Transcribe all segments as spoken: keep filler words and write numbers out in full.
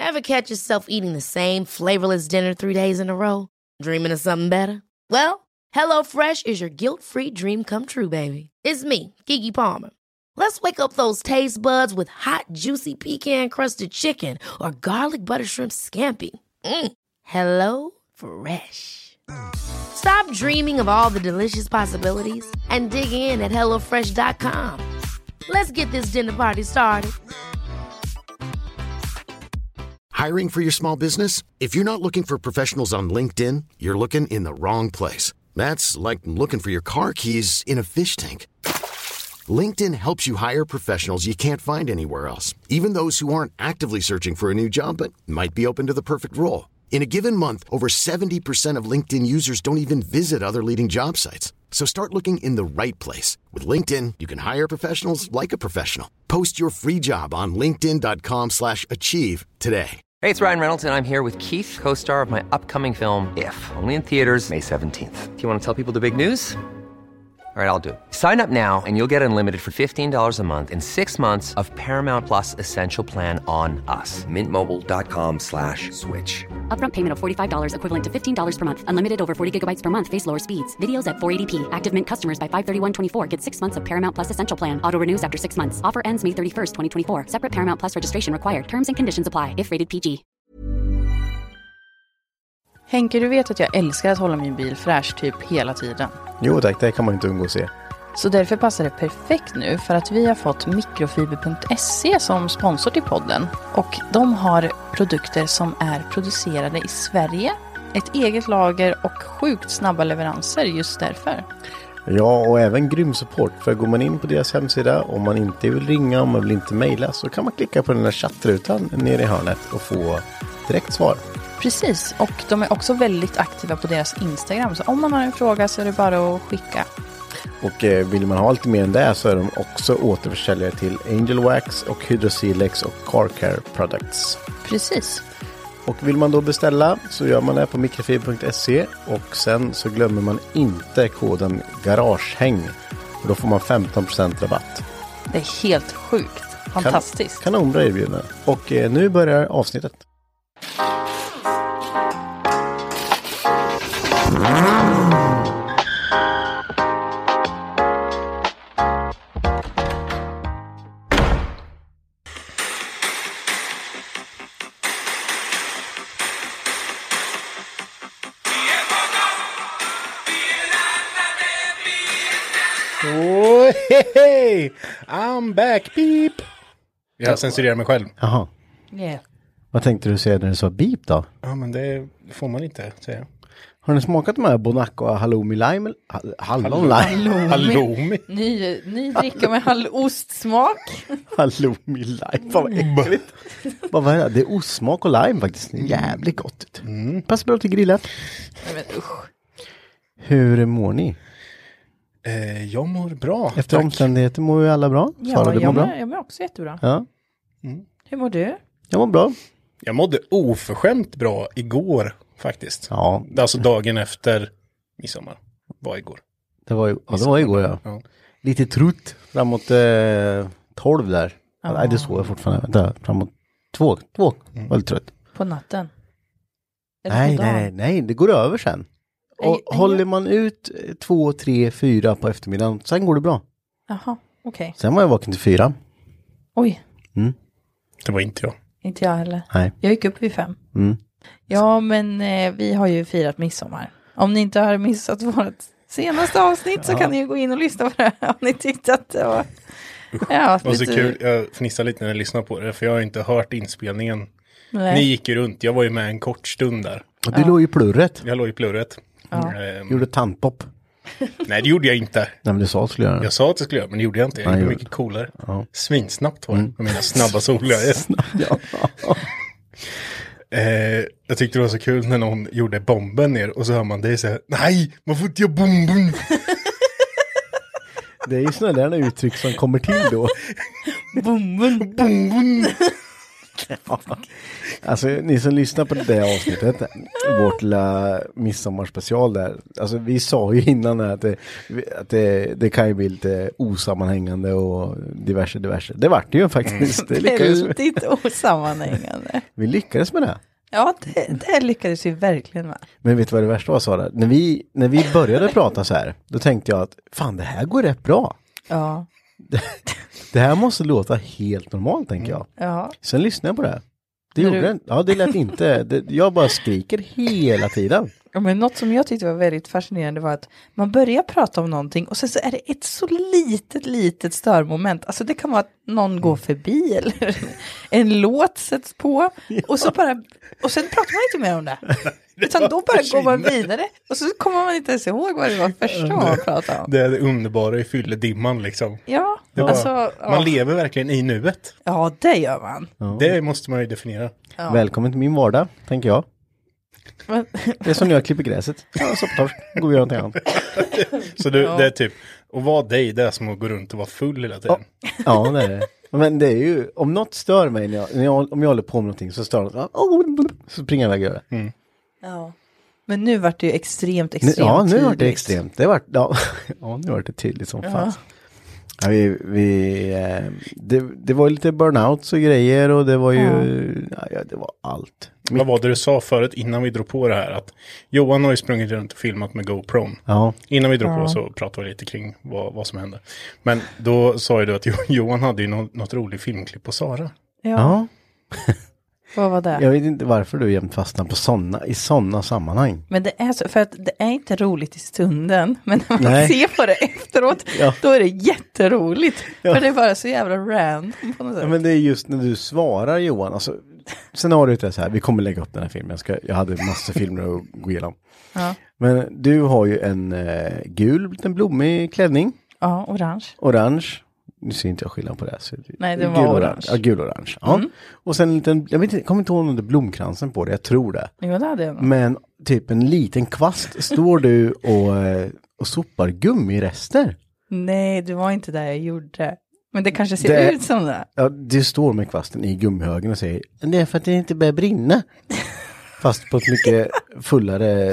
Ever catch yourself eating the same flavorless dinner three days in a row? Dreaming of something better? Well, HelloFresh is your guilt-free dream come true, baby. It's me, Keke Palmer. Let's wake up those taste buds with hot, juicy pecan-crusted chicken or garlic butter shrimp scampi. Mm. Hello Fresh. Stop dreaming of all the delicious possibilities and dig in at hello fresh dot com. Let's get this dinner party started. Hiring for your small business? If you're not looking for professionals on LinkedIn, you're looking in the wrong place. That's like looking for your car keys in a fish tank. LinkedIn helps you hire professionals you can't find anywhere else, even those who aren't actively searching for a new job but might be open to the perfect role. In a given month, over seventy percent of LinkedIn users don't even visit other leading job sites. So start looking in the right place. With LinkedIn, you can hire professionals like a professional. Post your free job on linkedin dot com slash achieve today. Hey, it's Ryan Reynolds, and I'm here with Keith, co-star of my upcoming film, If, only in theaters May seventeenth. Do you want to tell people the big news? All right, I'll do it. Sign up now and you'll get unlimited for fifteen dollars a month and six months of Paramount Plus Essential Plan on us. Mint Mobile dot com slash switch. Upfront payment of forty-five dollars equivalent to fifteen dollars per month. Unlimited over forty gigabytes per month. Face lower speeds. Videos at four eighty p. Active Mint customers by five thirty-one twenty-four get six months of Paramount Plus Essential Plan. Auto renews after six months. Offer ends May thirty-first, twenty twenty-four. Separate Paramount Plus registration required. Terms and conditions apply if rated P G. Henke, du vet att jag älskar att hålla min bil fräsch typ hela tiden. Jo tack, det kan man inte undgå att se. Så därför passar det perfekt nu för att vi har fått mikrofiber punkt se som sponsor till podden. Och de har produkter som är producerade i Sverige, ett eget lager och sjukt snabba leveranser just därför. Ja, och även grym support. För går man in på deras hemsida, om man inte vill ringa, om man vill inte mejla, så kan man klicka på den där chattrutan nere i hörnet och få direkt svar. Precis, och de är också väldigt aktiva på deras Instagram. Så om man har en fråga så är det bara att skicka. Och eh, vill man ha lite mer än det så är de också återförsäljare till Angel Wax och Hydrosilex och Car Care Products. Precis. Och vill man då beställa så gör man det på mikrofiber punkt se och sen så glömmer man inte koden garagehäng. Och då får man femton procent rabatt. Det är helt sjukt. Fantastiskt. Kan, kanonbra erbjudande. Och eh, nu börjar avsnittet. Oh, hey, I'm back, beep. Jag censurerar mig själv. Jaha. Yeah. Vad tänkte du säga när du sa beep då? Ja, men det får man inte säga. Har ni smakat de här Bonacco halloumi lime? Hall- hallon lime? Halloumi? Ny, ny dricka med hallostsmak. Halloumi lime, fan vad äckligt. Vad var det? Det är ostsmak och lime faktiskt. Jävligt gott ut. Mm. Passar bra till grillat. Men usch. Hur mår ni? Eh, jag mår bra. Efter tack. Omständigheter mår ju alla bra. Ja, Sara, du jag, mår mår, bra? jag mår också jättebra. Ja. Mm. Hur mår du? Jag mår bra. Jag mådde oförskämt bra igår faktiskt. Ja. Alltså dagen efter midsommar var igår. Det var, ja, det var igår, ja. ja. Lite trött framåt eh, tolv där. Ja. Nej, det såg jag fortfarande. Vänta, framåt två. Två. Mm. Var lite trött. På natten? Nej, nej, nej, nej. Det går över sen. Och nej, håller man ut två, tre, fyra på eftermiddagen, sen går det bra. Jaha, okej. Okay. Sen var jag vaken till fyra. Oj. Mm. Det var inte jag. Inte jag heller. Nej. Jag gick upp vid fem. Mm. Ja, men eh, vi har ju firat midsommar. Om ni inte har missat vårt senaste avsnitt så ja. kan ni ju gå in och lyssna på det om ni tyckte att det var... Ja, det var så kul. Jag fnissade lite när jag lyssnade på det, för jag har inte hört inspelningen. Nej. Ni gick ju runt. Jag var ju med en kort stund där. Och du ja. låg i plurret. Jag låg i plurret. Ja. Mm. Gjorde tandpop. Nej, det gjorde jag inte. Nej, men du sa att du skulle göra det. Jag sa att jag skulle göra, men det gjorde jag inte. Jag gjorde mycket coolare. Ja. Svinsnabbt var det, mm. med mina snabba solglöjor. ja. eh, jag tyckte det var så kul när någon gjorde bomben ner och så hör man det så här: nej, man får inte göra bomben. Det är ju sådana där uttryck som kommer till då. Bomben. Bomben. Ja. Alltså ni som lyssnar på det där avsnittet, vårt lilla midsommarspecial där, alltså vi sa ju innan att det, att det, det kan ju bli lite osammanhängande och diverse diverse. Det vart det ju faktiskt. Det lyckades väldigt osammanhängande. Vi lyckades med det. Ja, det, det lyckades vi verkligen med. Men vet du vad det värsta var, Sara? När vi, när vi började prata så här, då tänkte jag att fan, det här går rätt bra. Ja. Det, det här måste låta helt normalt, tänker jag. Ja. Sen lyssnade jag på det. Det gjorde du... det. Ja, det lät inte. Det, jag bara skriker hela tiden. Ja, men något som jag tyckte var väldigt fascinerande var att man börjar prata om någonting och sen så är det ett så litet, litet störmoment. Alltså det kan vara att någon går förbi eller en låt sätts på och så bara, och sen pratar man inte mer om det. Utan då bara går man vidare och så kommer man inte ens ihåg vad det var första man pratade om. Det är det underbara i fylledimman liksom. Ja, bara, alltså, man ja. lever verkligen i nuet. Ja, det gör man. Ja. Det måste man ju definiera. Ja. Välkommen till min vardag, tänker jag. Men... Det är som när jag klipper gräset. Ja, soppatorsk. Går vi göra någonting annat. Så du, Ja. det är typ, och vara dig, det är som att gå runt och vara full hela tiden. Ja, ja, det är det. Men det är ju, om något stör mig, när jag, när jag, om jag håller på med någonting så stör det. Så springer jag iväg och gör det. Mm. Ja. Men nu vart det ju extremt, extremt Ja, nu tydligt. vart det extremt. Det vart, ja, ja, nu vart det tydligt som Ja. fan. Ja, vi, vi, eh, det, det var lite burnouts och grejer och det var ju, ja, ja det var allt. Vad var det du sa förut innan vi drog på det här? Att Johan har ju sprungit runt och filmat med GoPro. Ja. Innan vi drog Ja. på så pratade vi lite kring vad, vad som hände. Men då sa ju du att Johan hade ju något, något roligt filmklipp på Sara. Ja. Ja. Vad var det? Jag vet inte varför du jämt fastnar på såna, i sådana sammanhang. Men det är så, för att det är inte roligt i stunden, men när man Nej. ser på det efteråt, Ja. då är det jätteroligt. Ja. För det är bara så jävla random på något sätt. Ja, men det är just när du svarar, Johan. Alltså, sen har du det så här, vi kommer lägga upp den här filmen. Jag, ska, jag hade massor filmer att gå igenom. Ja. Men du har ju en eh, gul, en blommig klänning. Ja, orange. Orange. Nu ser inte jag skillnad på det. Så Nej, det gul, var orange. Ja, gul-orange. Ja. Mm. Och sen en liten, jag vet inte, jag kommer inte ihåg om det är blomkransen på det, jag tror det. Jo, det hade jag nog. Men typ en liten kvast står du och, eh, och sopar gummirester. Nej, det var inte det jag gjorde. Men det kanske ser Det- ut som det. Ja, du står med kvasten i gummihögen och säger, det är för att det inte börjar brinna. Fast på ett mycket fullare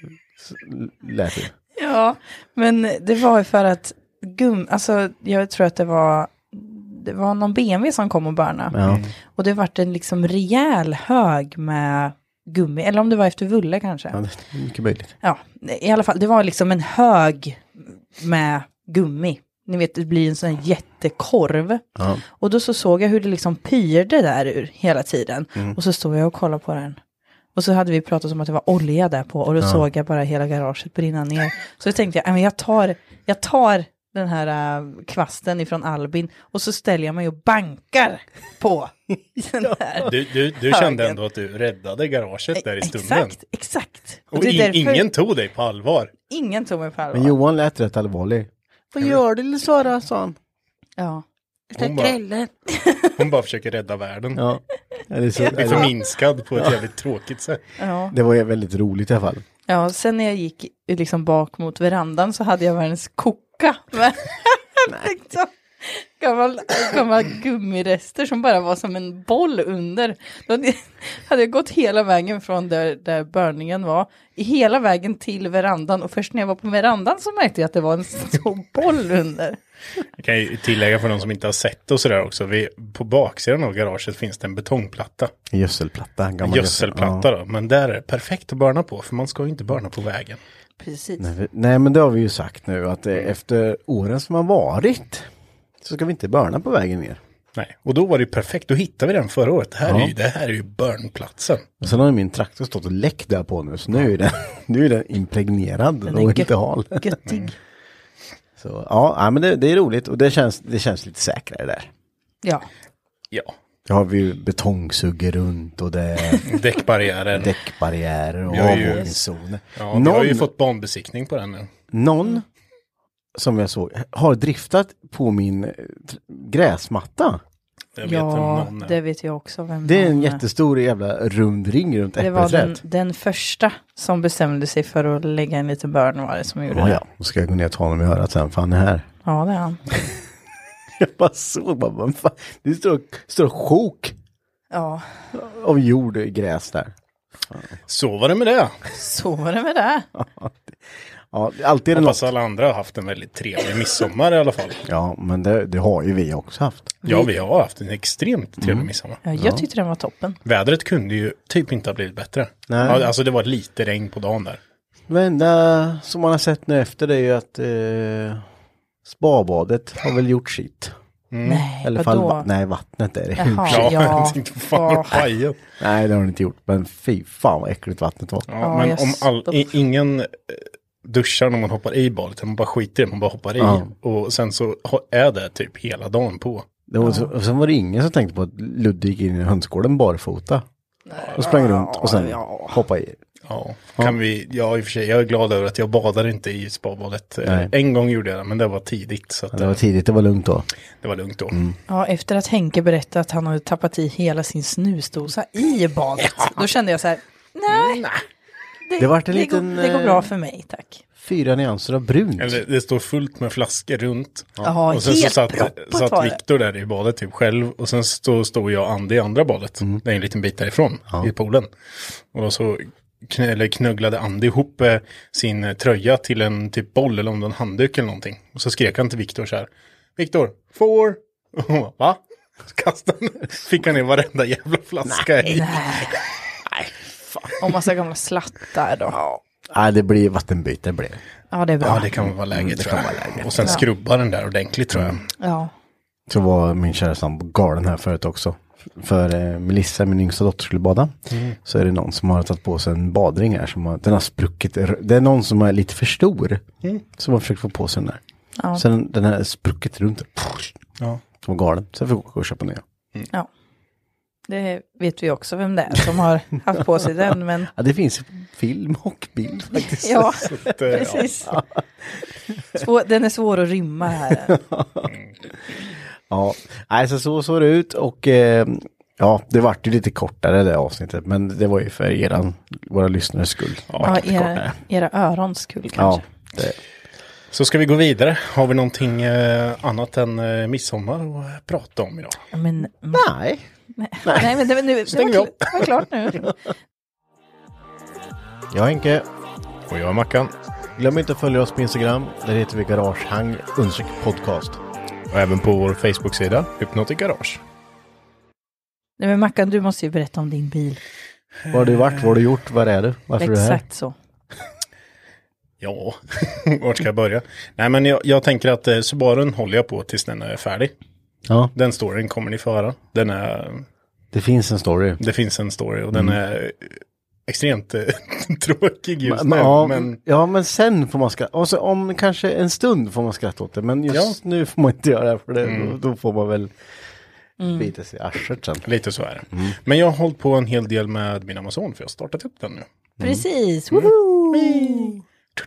läte. Ja, men det var ju för att gum, alltså jag tror att det var det var någon B M W som kom och börnade. Ja. Och det var en liksom rejäl hög med gummi, eller om det var efter Vulle kanske. Ja, det är mycket möjligt. Ja, i alla fall, det var liksom en hög med gummi. Ni vet, det blir en sån här jättekorv. Ja. Och då så såg jag hur det liksom pyrde där ur hela tiden. Mm. Och så stod jag och kollade på den. Och så hade vi pratat om att det var olja där på. Och då Ja. såg jag bara hela garaget brinna ner. Så då tänkte jag, "Ja, men jag tar, jag tar den här uh, kvasten ifrån Albin. Och så ställer jag mig och bankar på den där. Du, du, du högen. kände ändå att du räddade garaget där i stunden. Exakt, exakt. Och det är i, därför ingen tog dig på allvar. ingen tog mig på allvar. Men Johan lät rätt allvarlig. Vad gör du, lilla Sara, sa han. Ja. Hon bara, hon bara försöker rädda världen. Ja. Ja, det, är så, Blir ja. förminskad på ett jävligt tråkigt sätt. Ja. Det var ju väldigt roligt i alla fall. Ja, sen när jag gick liksom bak mot verandan så hade jag världens koka. Men liksom, gammal, gammal gummirester som bara var som en boll under. Då hade jag, hade jag gått hela vägen från där, där börningen var, hela vägen till verandan. Och först när jag var på verandan så märkte jag att det var en stor boll under. Jag kan ju tillägga för de som inte har sett och sådär också. Vi, på baksidan av garaget finns det en betongplatta. Gödselplatta. En Gammal gödselplatta gödsel. då. Men där är det perfekt att börna på. För man ska ju inte börna på vägen. Precis. Ja. Nej, nej, men det har vi ju sagt nu. Att eh, efter åren som har varit så ska vi inte börna på vägen mer. Nej, och då var det ju perfekt. Då hittade vi den förra året. Det här, Ja. är, ju, det här är ju burnplatsen. Och sen har min traktor stått och läckt där på nu. Så nu är den, nu är den impregnerad Den och är inte gött- hal. göttig. Så ja, ja men det, det är roligt. Och det känns, det känns lite säkrare där. Ja. Ja, Då har vi ju betongsugger runt och det är däckbarriären. däckbarriärer och Vi har ju- avvåningszoner. Ja, vi någon, har ju fått banbesiktning på den nu. någon som jag såg har driftat på min eh, tr- gräsmatta. Jag vet Ja, vem någon är. det vet jag också. Vem Det är en någon jättestor jävla rund ring runt Det var den, äppelträd. den första som bestämde sig för att lägga en liten börn, var det som gjorde Ja, det. ja. Då ska jag gå ner och ta honom i örat sen, för han är här. Ja, det är han. Jag bara såg, bara, vad fan. Det står, står sjok Ja. Av jord och gräs där. Fan. Så var det med det. Så var det med det. Ja, alltid är det hoppas något. Alla andra har haft en väldigt trevlig midsommar i alla fall. Ja, men det, det har ju vi också haft. Ja, vi har haft en extremt trevlig mm. midsommar. Ja, jag tyckte den var toppen. Vädret kunde ju typ inte ha blivit bättre. Nej. Ja, alltså det var lite regn på dagen där. Men det som man har sett nu efter det är ju att eh, spabadet har väl gjort sitt. Mm. Nej, Eller fall, va- nej, vattnet är det. Jaha, ja, ja. jag fan ja. Nej, det har de inte gjort. Men fy fan vad äckligt vattnet var. Ja, ja, men om all, i, ingen duschar när man hoppar i badet. Man bara skiter i det, man bara hoppar i. Ja. Och sen så är det typ hela dagen på. Det var, ja. Och sen var det ingen som tänkte på att Ludde gick in i hönsgården barfota. Och sprang runt och sen ja. hoppade i. Ja, kan ja. vi, ja i och för sig, jag är glad över att jag badade inte i spabadet. Nej. En gång gjorde jag det, men det var tidigt. Så att, ja, det var tidigt, det var lugnt då. Det var lugnt då. Mm. Ja, efter att Henke berättade att han hade tappat i hela sin snusdosa i badet, ja. Då kände jag så här, nej, nej. Det, det, vart en det, liten, går, det går bra för mig, tack. Fyra nyanser av brunt. Eller, det står fullt med flaskor runt. Ja, och sen så satt, satt Viktor där i badet typ själv. Och sen stod, stod jag och Andy i andra badet. Mm. Det är en liten bit därifrån, ja. I poolen. Och då så kn- eller knugglade Andy ihop eh, sin tröja till en typ boll eller om det en handduk eller någonting. Och så skrek han till Viktor så här. Viktor, four. Och va? Så kastade han. Fick han ner varenda jävla flaska. Nej, nej. Nej, fan. Och massa gamla slattar då. Ja. Nej, det blir vattenbyte, det blir. Ja, det är bra. Ja, det kan vara läge, mm, tror jag. Vara läge. Och sen ja. skrubba den där ordentligt, tror jag. Ja. Så var min kära sambo galen här förut också. För eh, Melissa, min yngsta dotter, skulle bada. Mm. Så är det någon som har tagit på sig en badring här. Som har, den har spruckit. Det är någon som är lite för stor. Mm. Som har försökt få på sig den där. Ja. Sen den här spruckit runt. Ja. Som var galen. Så jag fick åka och köpa nya. Mm. Ja. Det vet vi också vem det är som har haft på sig den. Men... Ja, det finns film och bild faktiskt. Ja, precis. Ja. Svår, den är svår att rymma här. Ja, alltså så såg det ut och eh, ja, det vart ju lite kortare det avsnittet, men det var ju för eran, våra lyssnares skull. Ja, era, era örons skull kanske. Ja, det. Så ska vi gå vidare. Har vi någonting eh, annat än eh, midsommar att prata om idag? Men, nej. Nej, nej men det, nu, det, var, kl- det var klart nu. Jag är Henke. Och jag är Mackan. Glöm inte att följa oss på Instagram. Där heter vi Garagehang understreck podcast. Och även på vår Facebook-sida Hypnotic Garage. Nej men Mackan, du måste ju berätta om din bil. Var har du varit? Vad har du gjort? Var är du? Varför Exakt är du här? Så. Ja, vart ska jag börja? Nej men jag, jag tänker att eh, Subarun håller jag på tills den är färdig. Ja. Den storyn kommer ni få höra. Den är... Det finns en story. Det finns en story och mm. den är extremt eh, tråkig just men, nu. Ja, men... ja, men sen får man skratta. Alltså, om kanske en stund får man skratta åt det. Men just ja. nu får man inte göra det. För det, mm. då, då får man väl mm. bita sig i arslet sen. Lite så är det. Mm. Men jag har hållit på en hel del med min Amazon för jag har startat upp den nu. Mm. Precis. Mm. Mm.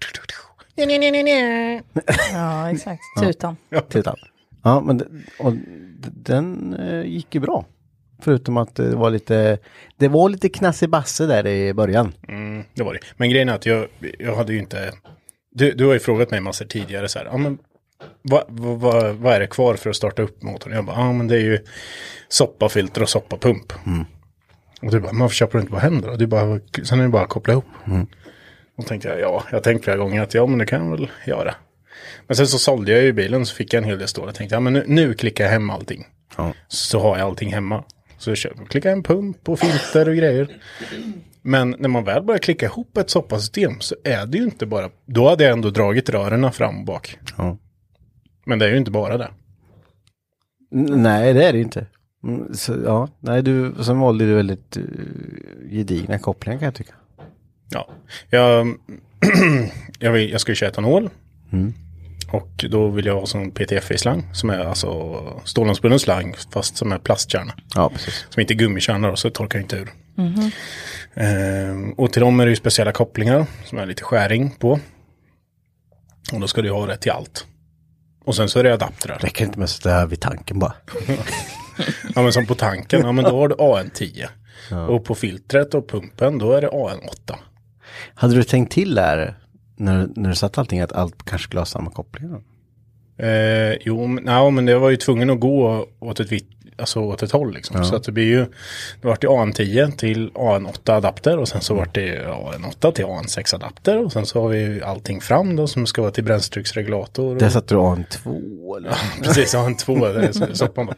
Ja, exakt. Tutan. Ja, tutan. Ja, men och den eh, gick ju bra. Förutom att det var lite det var lite knassibasse där i början. Mm, det var det. Men grejen är att jag, jag hade ju inte... Du, du har ju frågat mig massor tidigare så här. Ja, men vad, vad, vad är det kvar för att starta upp motorn? Jag bara, ja men det är ju soppafilter och soppapump. Mm. Och du bara, man köper inte vad händer? Du bara, sen är det bara att koppla ihop. Mm. Och tänkte jag, ja, jag tänkte flera gånger att ja men det kan jag väl göra. Men sen så sålde jag ju bilen så fick jag en hel del stål. Jag tänkte, ja men nu, nu klickar jag hem allting. Ja. Så har jag allting hemma. Så jag klickar en pump och filter och grejer. Men när man väl börjar klicka ihop ett soppasystem så är det ju inte bara... Då hade jag ändå dragit rörerna fram och bak. Ja. Men det är ju inte bara det. N- nej, det är det inte. Så, ja, nej, du, sen valde du väldigt uh, gedigna kopplingar kan jag tycka. Ja, jag, jag, vill, jag ska ju köra etanol. Mm. Och då vill jag ha sån P T F I-slang som är alltså stålomspunnen slang fast som är plastkärna. Ja, precis. Som inte är gummikärna då, så torkar inte ur. Mm-hmm. Ehm, och till dem är det ju speciella kopplingar som är lite skäring på. Och då ska du ha det till allt. Och sen så är det adaptrar. Räcker inte med att sätta vid tanken bara. Ja men som på tanken, ja men då har du A N tio. Ja. Och på filtret och pumpen då är det A N åtta. Hade du tänkt till där när, när du satt allting att allt kanske skulle ha samma koppling? Eh, jo, men, nej, men det var ju tvungen att gå åt ett, alltså åt ett håll liksom. Ja. Så att det blir ju, det vart ju A N tio till A N åtta adapter och sen så vart det A N åtta till A N sex adapter och sen så har vi allting fram då som ska vara till bränsletrycksregulator. Och... Där satt du A N två eller? Ja, precis, A N två. Där, så man bara...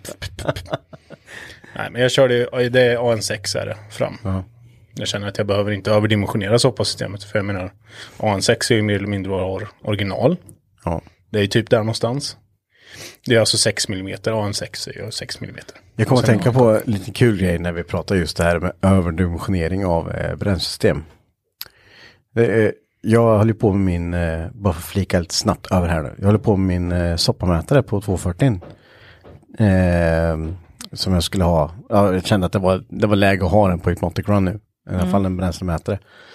Nej, men jag körde, det är A N sex är det fram. Ja. Jag känner att jag behöver inte överdimensionera soppasystemet. För jag menar, A N sex är ju mer eller mindre vad original. Ja. Det är ju typ där någonstans. Det är alltså sex millimeter, A N sex är ju sex millimeter. Jag kommer att tänka på en lite kul grej när vi pratar just det här med överdimensionering av eh, bränslesystem. Det är, jag håller på med min, eh, bara för att flika lite snabbt över här nu. Jag håller på med min eh, soppamätare på tvåhundrafyrtio. Eh, som jag skulle ha. Ja, jag kände att det var, det var läge att ha den på Hypnotic Run nu. I alla fall en bränslemätare.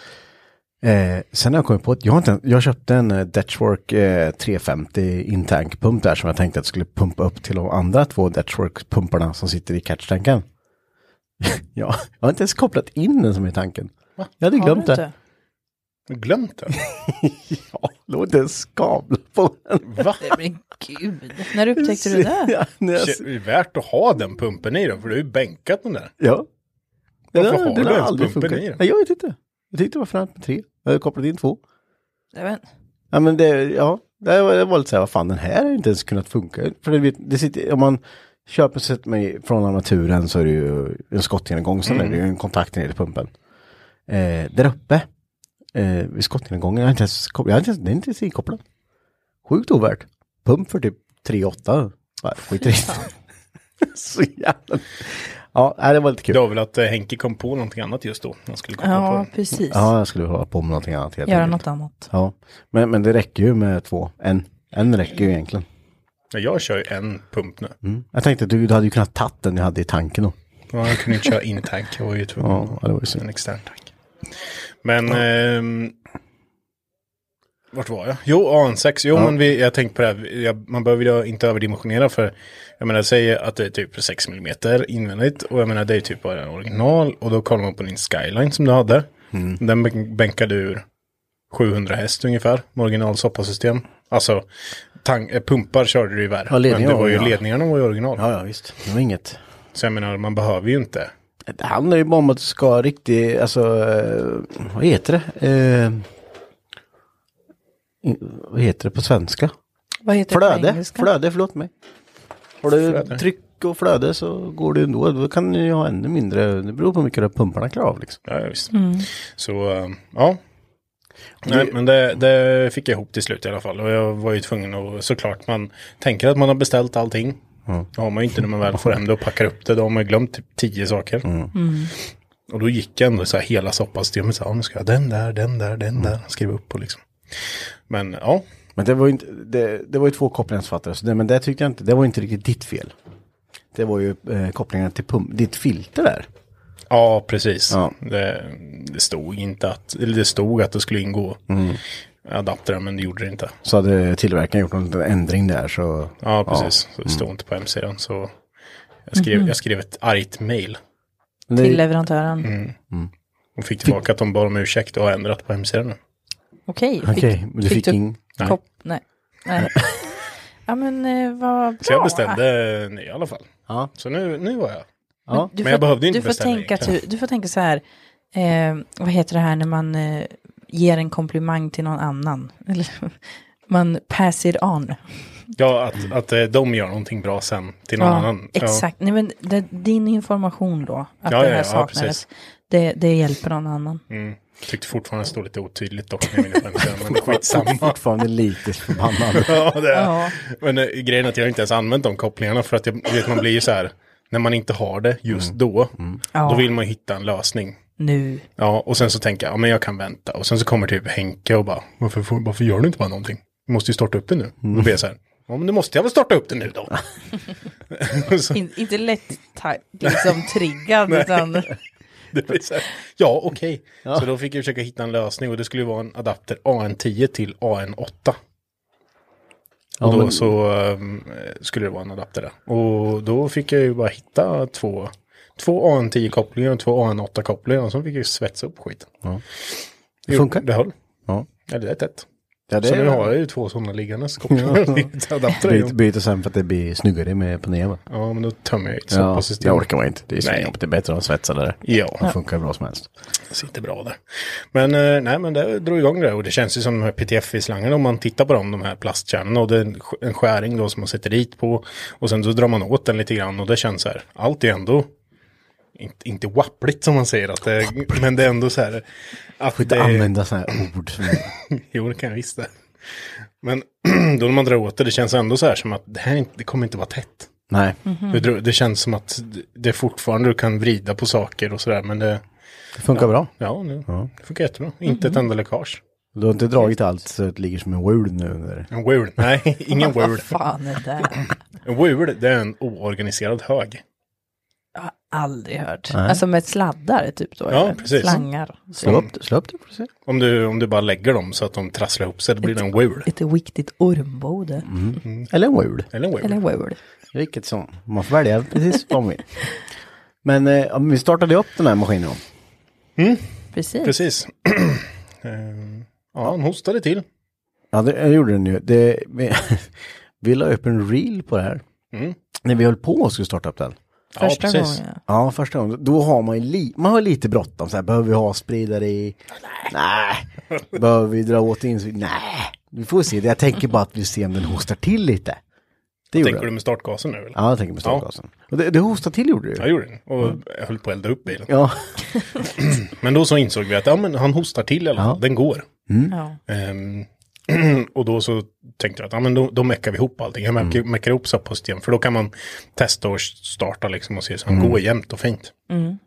Eh, sen har jag kommit på att jag, har inte, jag köpte en uh, Dutchwork eh, trehundrafemtio intank-pump där som jag tänkte att skulle pumpa upp till de andra två Dutchwork-pumparna som sitter i catch-tanken. Ja, jag har inte ens kopplat in den som är i tanken. Va? Jag hade glömt det. Glömt det? Ja, det var inte en skabel på den. Va? Men gud, när upptäckte du det? Ja, när jag... Det är värt att ha den pumpen i då, för du har ju bänkat den där. Ja. Varför det, har det du ens pumpen funkat. i den? Ja, jag vet inte. Jag tyckte det var främt med tre. Jag hade kopplat in två. Jag vet. Ja, men det, ja, det var, det var lite så här, vad fan, den här har inte ens kunnat funka. För det, det sitter, om man köper sätt mig från armaturen så är det ju en skottgenomgång, sen mm. är det ju en kontakt ner i pumpen. Eh, där uppe, eh, vid skottgenomgången, jag har inte ens, jag har inte ens, det är inte ens inkopplad. Sjukt ovärt. Pump för typ tre komma åtta. Ja, skit i det. Så jävla... Ja, det var lite kul. Det var väl att Henke kom på någonting annat just då. Han skulle komma ja, på. precis. Ja, jag skulle hålla på med någonting annat. Helt Göra enkelt. något annat. Ja, men, men det räcker ju med två. En, en räcker ju egentligen. Ja, jag kör ju en pump nu. Mm. Jag tänkte att du, du hade ju kunnat tatt den jag hade i tanken då. Ja, jag kunde inte köra in-tank. Jag var ju tvungen ja, det var ju en extern tank. Men... Ja. Ehm, vart var jag? Jo, A N sex. Jo, ja. men vi, jag tänkte på det här. Jag, man behöver ju inte överdimensionera för... Jag menar, säger att det är typ sex millimeter invändigt. Och jag menar, det är typ bara en original. Och då kollar man på din Skyline som du hade. Mm. Den bänkade ur sjuhundra häst ungefär. Med original soppasystem. Alltså, tang- pumpar körde du ju värre. Ja, men det var ju, ja. ledningarna var ju original. Ja, ja, visst. Det var inget. Så jag menar, man behöver ju inte. Det handlar ju bara om att du ska ha riktigt, alltså, vad heter det? Eh, vad heter det på svenska? Vad heter flöde. det på engelska? Flöde, förlåt mig. Har du flöde. Tryck och flöde så går det ändå. Då kan du ju ha ännu mindre. Det beror på hur mycket pumparna klarar av liksom. Ja, visst. Mm. Så, uh, ja. Nej, men det, det fick jag ihop till slut i alla fall. Och jag var ju tvungen att, såklart, man tänker att man har beställt allting. Mm. Det har man ju inte när man väl får hem det och packar upp det. Då har man glömt typ tio saker. Mm. Mm. Och då gick jag ändå så här hela soppasystemet. Så här, nu ska jag den där, den där, den där. Skriva upp på liksom. Men ja. Men det var ju inte, det, det var ju två kopplingsfattare. Så det, men det tyckte jag inte, det var inte riktigt ditt fel. Det var ju eh, kopplingen till pump, ditt filter där. Ja, precis. Ja. Det, det stod inte att, eller det stod att det skulle ingå mm. adapter, men det gjorde det inte. Så hade tillverkaren gjort någon ändring där så... Ja, precis. Ja. Så det stod mm. inte på hemsidan. Så jag skrev, mm. jag skrev ett argt mail. Till leverantören. Mm. Mm. Och fick tillbaka fick... att de bad om ursäkt och har ändrat på hemsidan nu. Okej. Okej, okay. Men du fick, fick ing... Nej. Kopp... Nej. Nej. Ja, men vad bra. Så jag beställde ny i alla fall. Ja. Så nu, nu var jag. Ja. Men, men jag får, behövde inte du beställa får tänka du, du får tänka så här. Eh, vad heter det här när man eh, ger en komplimang till någon annan? Eller, man passar on. Ja, att, att eh, de gör någonting bra sen till någon ja, annan. Exakt. Ja. Nej, men det, din information då. Att ja, det här ja, saknades. Ja, det, det hjälper någon annan. Mm. Tyckte fortfarande det står lite otydligt dock. Men det är skitsamma. Fortfarande lite förbannad. Ja, det är. Ja. Men äh, grejen är att jag inte ens använt de kopplingarna. För att jag vet, man blir ju så här. När man inte har det just mm. då. Mm. Då vill man hitta en lösning. Nu. Ja, och sen så tänker jag, ja men jag kan vänta. Och sen så kommer typ Henke och bara, varför, varför gör du inte bara någonting? Du måste ju starta upp det nu. Mm. Då blir jag så här, ja men då måste jag väl starta upp det nu då. In, inte lätt ta- liksom triggad utan... Det blir så här, ja okej. Okay. Ja. Så då fick jag försöka hitta en lösning. Och det skulle ju vara en adapter A N tio till A N åtta. Och ja, då men... så um, skulle det vara en adapter där. Och då fick jag ju bara hitta två, två A N tio-kopplingar och två A N åtta-kopplingar. Och så fick jag ju svetsa upp skiten. Ja. Det funkar. Jo, det höll. Ja. Eller det är tätt. Ja, det så är nu har jag ju två sådana liggande Byter, byter sen för att det blir snyggare med på neven. Ja, men då tömmer jag ett Ja, soppasystem. det orkar man inte. Det är svinjobbigt. Det är bättre att svetsa där. Ja. Det funkar bra som helst. Det sitter bra där. Men eh, nej, men det drog igång det. Och det känns ju som de här P T F-slangarna om man tittar på dem, de här plastkärnorna. Och det är en, en skäring då som man sätter dit på. Och sen så drar man åt den lite grann. Och det känns så här, allt är ändå inte, inte wappligt som man säger. Att det, men det är ändå så här. Att får inte det, använda sådana här ord. Som jo, det kan jag visst det. Men då när man drar åt det, det känns ändå så här som att det här inte, det kommer inte vara tätt. Nej. Mm-hmm. Det, det känns som att det är fortfarande du kan vrida på saker och sådär. Men det, det funkar ja, bra. Ja, nu, ja, det funkar jättebra. Inte mm-hmm. ett enda läckage. Du har inte dragit allt så det ligger som en wheel nu? Under. En wheel? Nej, ingen wheel. Vad fan är det? En wheel, det är en oorganiserad hög. Jag har aldrig hört. Nej. Alltså med sladdar typ då? Ja, eller? precis. Slangar. Slå upp, slå upp det på sig. Om du, om du bara lägger dem så att de trasslar ihop sig, det blir det en wheel. Ett riktigt ormbode. Mm. Mm. Eller en wheel. Eller en wheel. Eller en wheel. Vilket som. Man får välja precis vad man vill. Men eh, vi startade upp den här maskinen. Mm. Precis. Precis. Ja, han hostade till. Ja, det, det gjorde den ju. Det, vi, vi la upp en reel på det här. Mm. När vi höll på och skulle starta upp den. Första ja, precis. gången. Ja, första gången. Då har man ju li, man har lite bråttom. Så här, behöver vi ha spridare i? Nej. Nej. Behöver vi dra åt in? Nej. Vi får se. Jag tänker bara att vi ser om den hostar till lite. Det tänker det. du med startgasen nu? Eller? Ja, jag tänker med startgasen. Ja. Och det, det hostar till gjorde du. Jag gjorde det. Och mm. jag höll på att elda upp bilen. Ja. Men då så insåg vi att ja, men han hostar till eller ja. Den går. Mm. Ja. Um, och då så tänkte jag att ja, men då, då mäckar vi ihop allting. Jag mäckar, mm. mäckar ihop så på system. För då kan man testa och starta liksom och se så han mm. går jämnt och fint. Mm.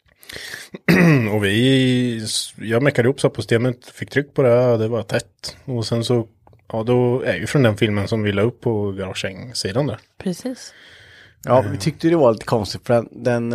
Och vi, jag mäckade ihop så på systemet, fick tryck på det, det var tätt. Och sen så, ja då är ju från den filmen som vi la upp på garagesidan där. Precis. Ja, vi tyckte det var lite konstigt för den, den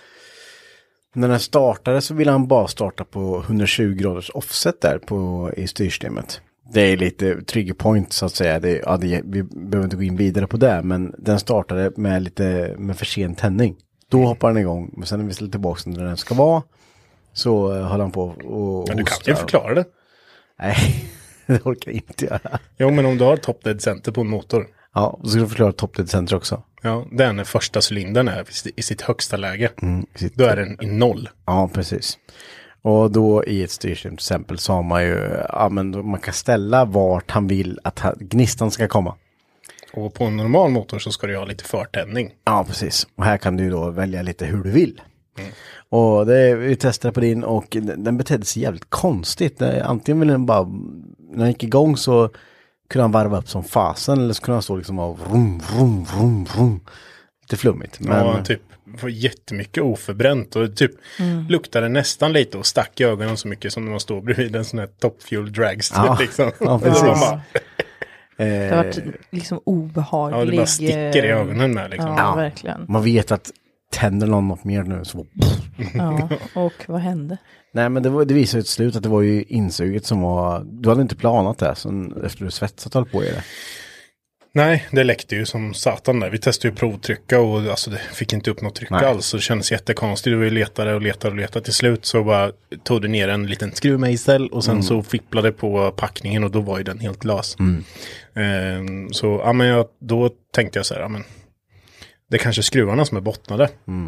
när den startade så ville han bara starta på hundratjugo graders offset där på, i styrsystemet. Det är lite trigger point så att säga. Det, ja, det, vi behöver inte gå in vidare på det, men den startade med lite med för sen tändning. Då hoppar den igång, men sen när vi ställer tillbaka den där den ska vara så uh, håller han på och men du kan ju förklara det. Nej, det orkar jag inte göra. Jo, men om du har top dead center på en motor. Ja, och så ska du förklara top dead center också. Ja, den är första cylindern är i sitt högsta läge. Mm, sitt, då är den i noll. Ja, precis. Och då i ett styrsystem till exempel så har man ju, ja men man kan ställa vart han vill att han, gnistan ska komma. Och på en normal motor så ska du ha lite förtändning. Ja, precis. Och här kan du då välja lite hur du vill. Mm. Och det, vi testade på din och den, den betedde sig jävligt konstigt. Det, antingen ville den bara, när den gick igång så kunde han varva upp som fasen eller så kunde han stå liksom av vrum, vrum, vrum, vrum. Lite flummigt. Men... Ja, typ var jättemycket oförbränt och typ mm. luktade nästan lite och stack i ögonen så mycket som när man står bredvid en sån här Top Fuel dragstrip ja, liksom. Ja, precis. Bara... det har varit liksom obehaglig. Ja, det bara sticker i ögonen med liksom. Ja, ja, verkligen. Man vet att tänder någon något mer nu så... Ja, och vad hände? Nej, men det, var, det visade ett slut att det var ju insuget som var... Du hade inte planat det så efter du svetsat höll på i det. Nej, det läckte ju som satan där. Vi testade ju provtrycka och alltså, det fick inte upp något tryck Nej. alls. Så det kändes jättekonstigt. Vi letade och letade och letade. Till slut så bara tog det ner en liten skruvmejsel och sen mm. så fipplade på packningen och då var ju den helt lös. Mm. Ehm, så ja, men jag, då tänkte jag så här, ja, men det är kanske skruvarna som är bottnade. Mm.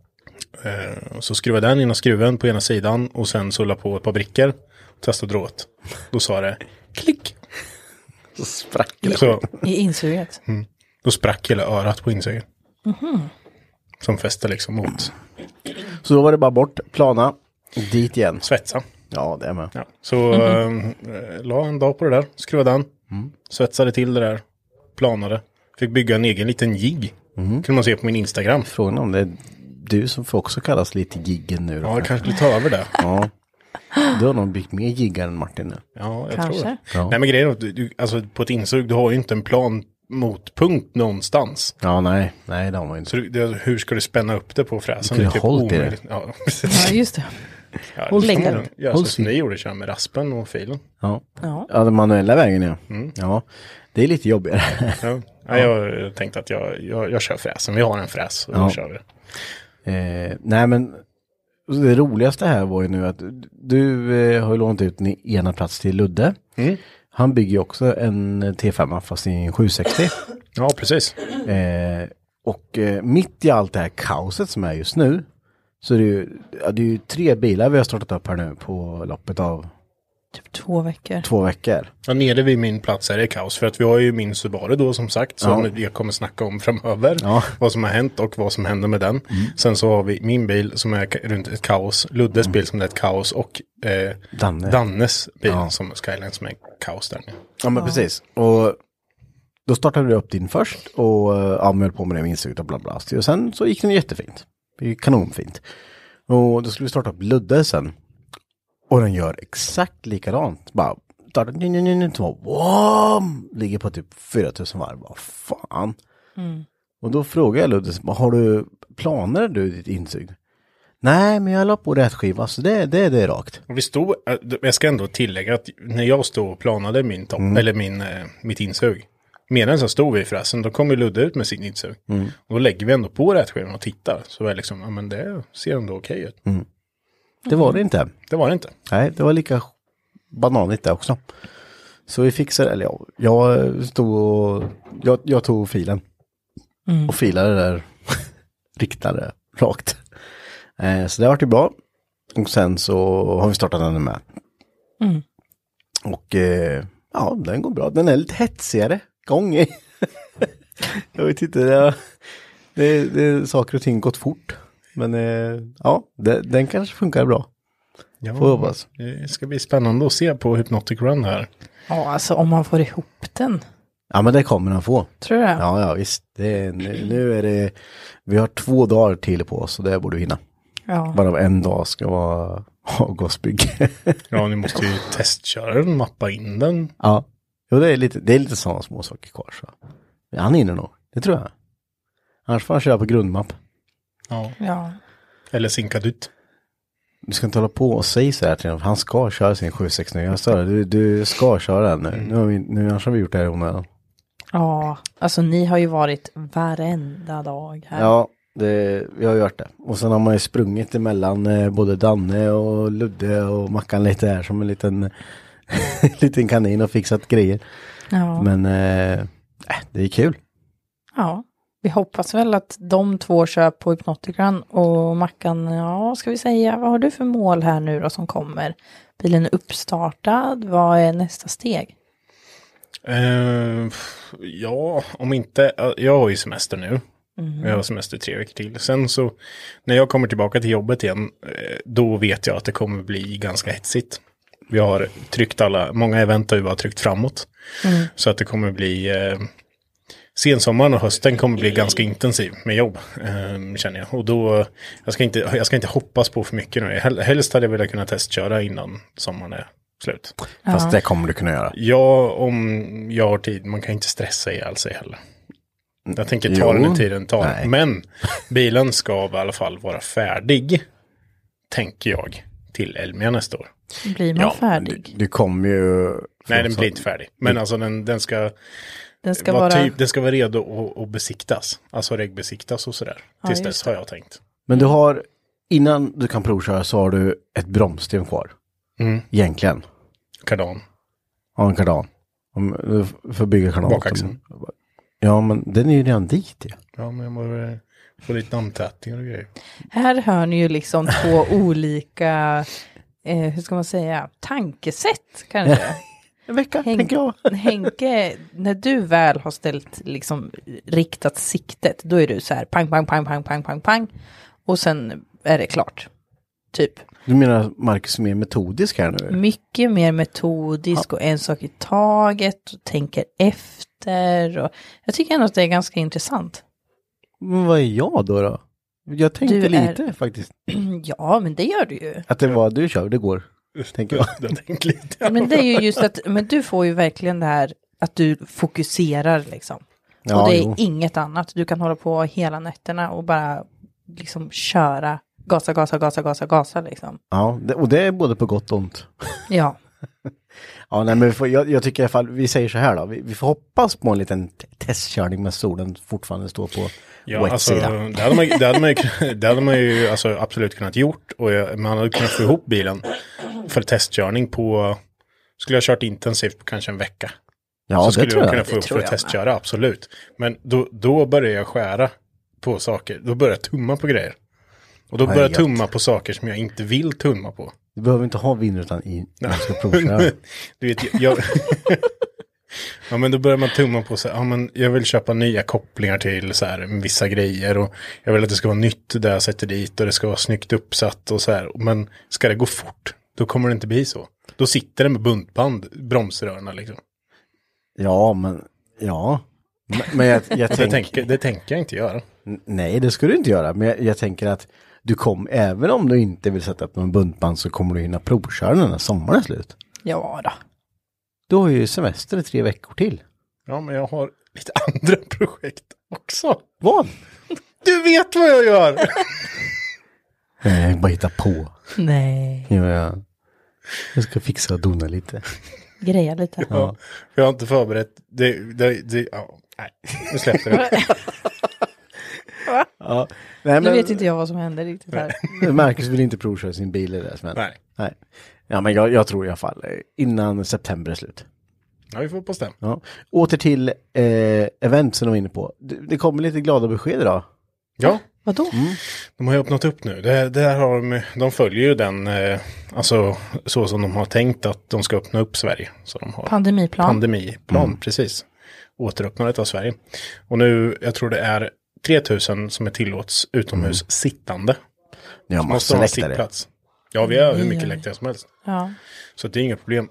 Ehm, så skruvade den ena skruven på ena sidan och sen så la på ett par brickor. Testade och dråt. Då sa det klick. Så sprack det. Så, I insuget? Mm. Då sprack hela örat på insuget. Mm-hmm. Som fäste liksom mot. Så då var det bara bort, plana, dit igen. Svetsa. Ja, det är med. Ja. Så mm-hmm. äh, la en dag på det där, skruvade den. Mm. Svetsade till det där, planade. Fick bygga en egen liten jigg. Mm. Kunde man se på min Instagram. Frågan om det är du som får också kallas lite jiggen nu. Då, ja, jag kanske blir ta över det. Ja. Du har nog byggt mer jiggar än Martin nu. Ja, jag kanske. tror det. Ja. Nej, men grejen är att du, du, alltså, på ett insug, du har ju inte en plan mot punkt någonstans. Ja, nej. Nej, det har man inte. Så du, det, hur ska du spänna upp det på fräsen? Du det är typ hållit i det. Ja, ja, just det. Ja, Håll det längre. Ja, så som ni gjorde, köra med raspen och filen. Ja, ja. ja den manuella vägen, ja. Mm. Ja, det är lite jobbigare. Ja. Ja, jag tänkte att jag, jag, jag kör fräsen. Vi har en fräs och ja. då kör vi det. Eh, nej, men det roligaste här var ju nu att du eh, har ju lånat ut din ena plats till Ludde. Mm. Han bygger ju också en T fem fast i en sju sextio. Ja, precis. Eh, och eh, mitt i allt det här kaoset som är just nu så är det ju, ja, det är ju tre bilar vi har startat upp här nu på loppet av Typ två veckor. två veckor. Ja, nere vid min plats är det kaos. För att vi har ju min Subaru då som sagt. Som Ja. jag kommer snacka om framöver. Ja. Vad som har hänt och vad som händer med den. Mm. Sen så har vi min bil som är ka- runt ett kaos. Luddes mm. bil som är ett kaos. Och eh, Danne. Dannes bil Ja. som Skyline som är kaos där nu. Ja men ja. precis. Och då startade du upp din först. Och ja, höll på med det insuget och bla bla. Och sen så gick den jättefint. Det är kanonfint. Och då skulle vi starta upp Ludde sen. Och den gör exakt likadant. Bara, wow, ligger på typ fyra tusen varv. Vad fan. Mm. Och då frågar jag Ludde, har du planer du ditt insug? Nej, men jag la på rätt skiva, så det, det, det är rakt. Och vi stod, jag ska ändå tillägga att när jag stod och planade min topp, mm. eller min, mitt insug. Medan så stod vi förresten, då kom ju Ludde ut med sin insug. Mm. Och då lägger vi ändå på rätt skivan och tittar. Så är liksom, ja men det ser ändå okej ut. Mm. Det var det inte. Det var det inte. Nej, det var lika bananigt det också. Så vi fixade, eller ja, jag stod och, jag, jag tog filen. Mm. Och filade där, riktade rakt. Eh, så det har varit bra. Och sen så har vi startat den med. Mm. Och eh, ja, den går bra. Den är lite hetsigare gång i. Jag vet inte, det, det, det saker och ting gått fort. Men eh, ja, det, den kanske funkar bra. Ja, får hoppas. Det ska bli spännande att se på Hypnotic Run här. Ja, alltså om man får ihop den. Ja, men det kommer han få. Tror jag. Ja, ja, visst. Det är, nu, nu är det, vi har två dagar till på oss och det borde vi hinna. Ja. Bara en dag ska vara avgasbygge. Ja, ni måste ju testköra den, mappa in den. Ja, jo, det är lite, det är lite sådana små saker kvar. Så. Han hinner nog, det tror jag. Annars får han köra på grundmapp. Ja. ja. Eller sinkad ut. Du ska inte hålla på och säga så här till honom. Han ska köra sin sju sex nu. Jag sa det, du, du ska köra den nu. Mm. Nu har vi, nu har vi gjort det här onödan. Ja, alltså ni har ju varit varenda dag här. Ja, det, vi har gjort det. Och sen har man ju sprungit emellan eh, både Danne och Ludde och Mackan lite här som en liten, liten kanin och fixat grejer. Ja. Men eh, det är kul. Ja. Vi hoppas väl att de två kör på Hypnotic Run och Mackan, ja, ska vi säga, vad har du för mål här nu då som kommer? Bilen är uppstartad, vad är nästa steg? Uh, ja, om inte, jag har ju semester nu. Mm. Jag har semester tre veckor till. Sen så, när jag kommer tillbaka till jobbet igen, då vet jag att det kommer bli ganska hetsigt. Vi har tryckt alla, många event har ju bara tryckt framåt. Mm. Så att det kommer bli... Uh, Sensommaren och hösten kommer bli ganska intensiv med jobb, eh, känner jag. Och då, jag ska, inte, jag ska inte hoppas på för mycket nu. Helst hade jag velat kunna testköra innan sommaren är slut. Fast ja. Det kommer du kunna göra. Ja, om jag har tid. Man kan inte stressa ihjäl sig heller. Jag tänker ta jo. den tiden tar. Nej. Men bilen ska i alla fall vara färdig, tänker jag, till Elmia nästa år. Blir man ja, färdig? Du, du kommer ju... Nej, den blir inte färdig. Men mm. alltså den, den ska... Den ska, vara... vara... typ, den ska vara redo att, att besiktas. Alltså regbesiktas och sådär. Ja, tills dess har jag tänkt. Men du har, innan du kan provköra så har du ett bromssystem kvar. Mm. Egentligen. Kardan. Ja, en kardan. Om du får bygga kardan. Bakaxeln. Ja, men den är ju redan dit. Ja, ja men jag måste få lite namntätningar och grejer. Här hör ni ju liksom två olika, eh, hur ska man säga, tankesätt kanske. En vecka, Hen- tänker jag. Henke, när du väl har ställt, liksom, riktat siktet, då är du så här, pang, pang, pang, pang, pang, pang, pang. Och sen är det klart. Typ. Du menar Marcus mer metodisk här nu? Mycket mer metodisk och en sak i taget och tänker efter. Och jag tycker ändå att det är ganska intressant. Men vad är jag då då? Jag tänkte du lite är... faktiskt. Ja, men det gör du ju. Att det var du kör, det går. Tänker jag. jag tänkte lite. Men det är ju just att, men du får ju verkligen det här att du fokuserar liksom. Ja, och det är jo. inget annat. Du kan hålla på hela nätterna och bara liksom köra, gasa, gasa, gasa, gasa, gasa liksom. Ja, det, och det är både på gott och ont. Ja. Ja, nej, men vi får, jag, jag tycker i alla fall, vi säger så här då. Vi, vi får hoppas på en liten t- testkörning med solen fortfarande står på ja, alltså, det hade man, det hade man ju, det hade man ju alltså, absolut kunnat gjort. Och jag, man hade kunnat få ihop bilen för testkörning på Skulle jag kört intensivt på kanske en vecka. Ja, så det skulle tror jag jag. kunna få Det upp tror för att jag testköra, absolut. Men då, då börjar jag skära på saker. Då börjar jag tumma på grejer. Och då Vad börjar jag gött. tumma på saker som jag inte vill tumma på. Du behöver inte ha vindrutan i när du ska provköra. Du vet, jag... ja, men då börjar man tumma på så här, ja, men jag vill köpa nya kopplingar till så här, vissa grejer och jag vill att det ska vara nytt där jag sätter dit och det ska vara snyggt uppsatt och så här. Men ska det gå fort, då kommer det inte bli så. Då sitter det med buntband, bromsrörna liksom. Ja, men ja. Men, men jag, jag Det, tänker... tänker, det tänker jag inte göra. N- Nej, det skulle du inte göra. Men jag, jag tänker att du kom, även om du inte vill sätta upp någon buntband så kommer du hinna provköra den när sommaren är slut. Ja då. Du har ju semester i tre veckor till. Ja, men jag har lite andra projekt också. Vad? Du vet vad jag gör! Nej, bara hitta på. Nej. Ja, ja. Jag ska fixa och dona lite. Greja lite. Ja, jag har inte förberett. Det, det, det, ja, nej, nu släpper det. Ja. Nej, Nu vet inte jag vad som händer riktigt här. Marcus vill inte provköra sin bil i det. Men... Nej. Nej. Ja, men jag, jag tror i alla fall eh, innan september är slut. Ja, vi får på stäm. Ja. Åter till eh, event som de är inne på. Det, det kommer lite glada besked idag. Ja, Vadå? de har ju öppnat upp nu. Det, det här har de, de följer ju den, eh, alltså så som de har tänkt att de ska öppna upp Sverige. Så de har Pandemiplan. pandemiplan, precis. Återöppnandet av Sverige. Och nu, jag tror det är tre tusen som är tillåts utomhus sittande. Ja, Måste massa ha läktare. sittplats. Ja, vi har hur Oj, mycket oj. läktare som helst. Ja. Så det är inga problem.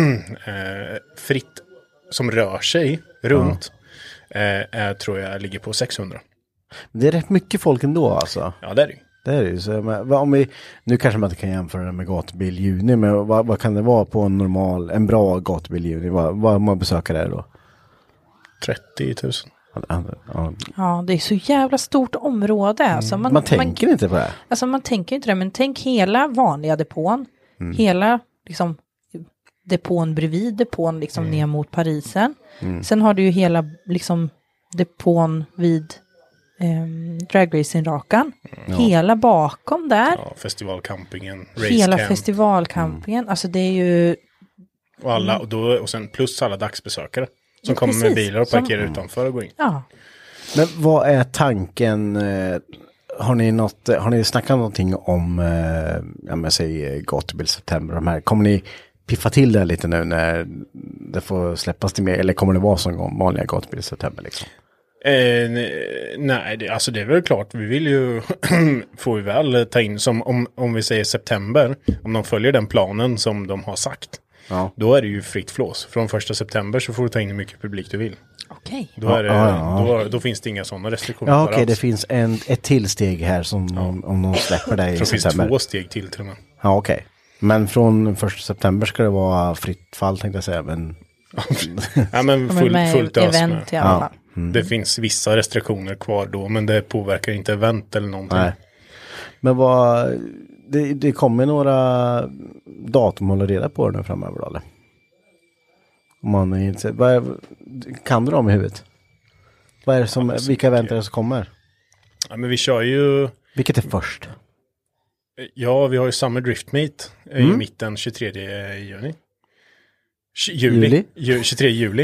eh, fritt som rör sig runt eh, är, tror jag ligger på sexhundra. Det är rätt mycket folk ändå alltså. Ja, det är det ju. Det är det ju. Så, men, vad om vi, nu kanske man inte kan jämföra det med gatubil juni, men vad, vad kan det vara på en normal, en bra gatubil juni? Vad, vad man besöker där då? trettio tusen. Ja, ja. Ja, det är så jävla stort område. Alltså man, Man tänker inte på det. Alltså man tänker inte det, men tänk hela vanliga depån. Mm. Hela liksom depån bredvid depån liksom Mm. ner mot Parisen. Sen har du ju hela liksom depån vid um, dragracing-rakan. Hela bakom där. Ja, festivalcampingen, hela racecamp festivalcampingen. Alltså det är ju... och alla, och, då, och sen plus alla dagsbesökare som Ja, kommer med precis. bilar och Som- parkerar utanför och går in. Ja. Men vad är tanken? eh, Har ni något, har ni snackat någonting om, eh, ja men säg gatubil september, de här, kommer ni piffa till det lite nu när det får släppas till mer, eller kommer det vara som gång vanliga gatubil september liksom? Eh, ne- nej, det, alltså det är väl klart. Vi vill ju, får vi väl ta in, som om, om vi säger september, om de följer den planen som de har sagt, Ja. då är det ju fritt flås. Från första september så får du ta in hur mycket publik du vill. Okej. Då, är det, Ja, ja, ja. Då, då finns det inga sådana restriktioner. Ja kvar okej, det alls. finns en, ett till steg här som om, om de släpper det i Så det finns september. två steg till till och med. Ja okej. Men från första september ska det vara fritt fall tänkte jag säga. Men... Ja, men Kommer full, med fullt ös med. event i alla Ja. fall. Det finns vissa restriktioner kvar då, men det påverkar inte event eller någonting. Nej. Men vad, det, det kommer några datum att hålla reda på nu framöver då, eller? Om man är inte, vad är, kan du dem i huvudet? Vad är det som, Ja, så vilka event mycket. är det som kommer? Ja, men vi kör ju, Vilket är först? ja vi har ju Summer Drift Meet i Mm. mitten tjugotredje juni. Tj- Juli. Juli? Ju, tjugotredje juli.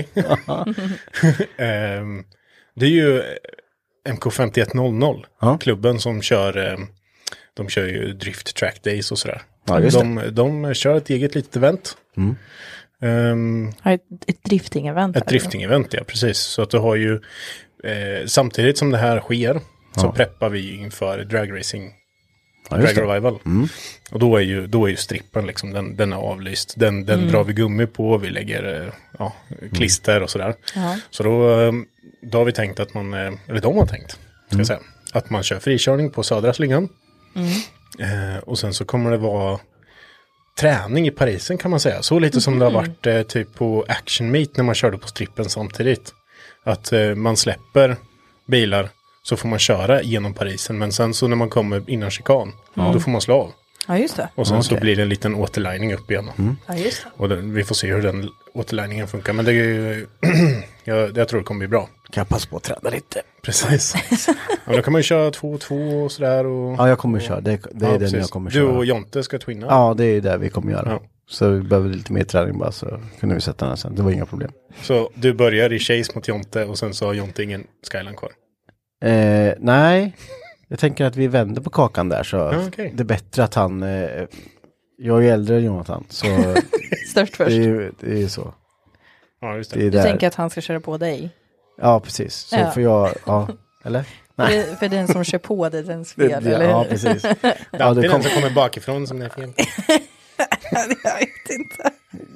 Ehm, det är ju M K femtioett noll Ja. klubben som kör, ehm, de kör ju Drift Track Days och sådär. Ja, just de, de kör ett eget litet event. Mm. Ehm, Ja, Ett, ett drifting-event. Ett här. drifting-event, ja, precis. Så att du har ju, eh, samtidigt som det här sker, så Ja. preppar vi inför dragracing, Ja, just drag det. revival. Mm. Och då är ju, då är ju strippen liksom, den, den är avlyst. Den, den Mm. drar vi gummi på, vi lägger eh, ja, klister och sådär. Ja. Så då, eh, då har vi tänkt att man, eh, eller de har tänkt, ska Mm. jag säga, att man kör frikörning på södra slingan. Mm. Eh, och sen så kommer det vara träning i Parisen kan man säga. Så lite som det har varit eh, typ på Action Meet när man körde på strippen samtidigt. Att eh, man släpper bilar så får man köra genom Parisen. Men sen så när man kommer innan chikan, då får man slå av. Ja, just det. Och sen så Okej. blir det en liten återlining upp igen. Ja, just det. Och den, vi får se hur den återliningen funkar. Men det är ju, jag, jag tror det kommer bli bra. Kan jag passa på att träna lite? Precis. Ja, då kan man ju köra två och två och sådär. Och, Ja, jag kommer köra. Det, det är ja, den precis. jag kommer Du köra. och Jonte ska twinna. Ja, det är det vi kommer göra. Ja. Så vi behövde lite mer träning bara, så kunde vi sätta den sen. Det var inga problem. Så du börjar i chase mot Jonte och sen så har Jonte ingen Skyline kvar? Eh, nej, jag tänker att vi vänder på kakan där, så Ja, okay. det är bättre att han... Eh, jag är äldre än Jonathan, så... Störst först. Det är ju det är ju så. Ja, just det. Det är Du där. tänker att han ska köra på dig? Ja, precis. Så Ja. får jag... Ja, eller? För, det, för den som kör på det, den fel, Det, eller? ja, precis. Det är Ja, alltid det den kom... som kommer bakifrån som är fel. Jag vet inte.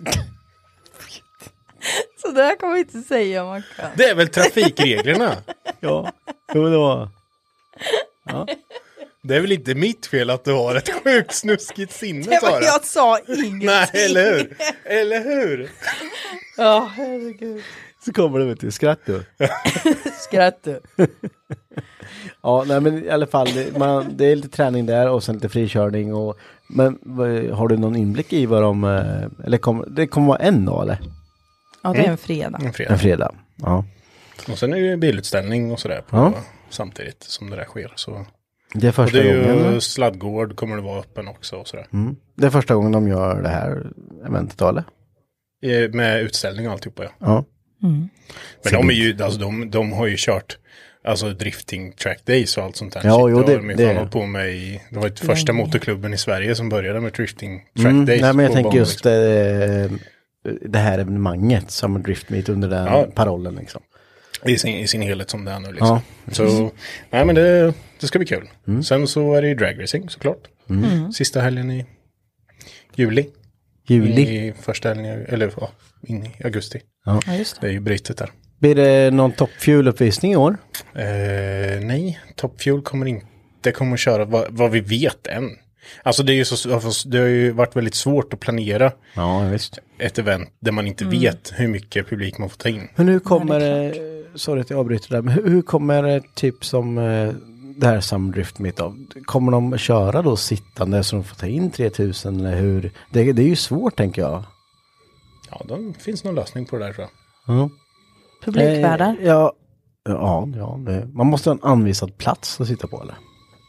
Så det här kommer vi inte säga, Mackan. Det är väl trafikreglerna? Ja, jo, det var... Ja. Det är väl inte mitt fel att du har ett sjukt snuskigt sinne, Det var, Sara? jag sa ingenting. Nej, eller hur? Eller hur? Ja, herregud. Så kommer det, vet du, skratt du. Skratt du. Ja, nej, men i alla fall, det, man, det är lite träning där och sen lite frikörning. Och, men vad- har du någon inblick i vad de... eh, Eller kom, det kommer vara en då, eller? Ja, det är en fredag. En En fredag. fredag. Ja. Och sen är det ju bilutställning och sådär på, Ja. samtidigt som det där sker. Så. Det är Och första det är gången. ju sladdgård kommer det vara öppen också och sådär. Mm. Det är första gången de gör det här eventet då, eller? Eh, Med utställning och alltihopa, ja. Ja. Men de är ju, alltså de, de har ju kört alltså drifting track days och allt sånt där. Ja, Shit, jo, har det- de ju det- fan hållit på med i, det var ju första motorklubben i Sverige som började med drifting track Mm. days. Nej, men jag på tänker banor, just liksom. eh, det här evenemanget, Summer Drift Meet, under den Ja. parollen liksom. I sin, I sin helhet som det är nu liksom. Ja, Så, nej men det, det ska bli kul. Mm. Sen så är det ju dragracing såklart. Sista helgen i juli. Juli. I första helgen, i- eller ja, in i augusti. Ja, just Det det. är ju brytet där. Blir det någon Top Fuel-uppvisning i år? Eh, nej, Top Fuel kommer inte kommer att köra vad, vad vi vet än. Alltså det är ju så, det har ju varit väldigt svårt att planera Ja, visst. ett event där man inte vet hur mycket publik man får ta in. Men hur kommer det, sorry att jag avbryter där, men hur, hur kommer det typ som eh, det här Summer Drift Meet av? Kommer de köra då sittande så de får ta in tre tusen eller hur? Det, det är ju svårt, tänker jag. Ja, det finns någon lösning på det där tror jag. Ja. Publikvärdar. Eh, ja, ja, ja det, man måste ha en anvisad plats att sitta på, eller?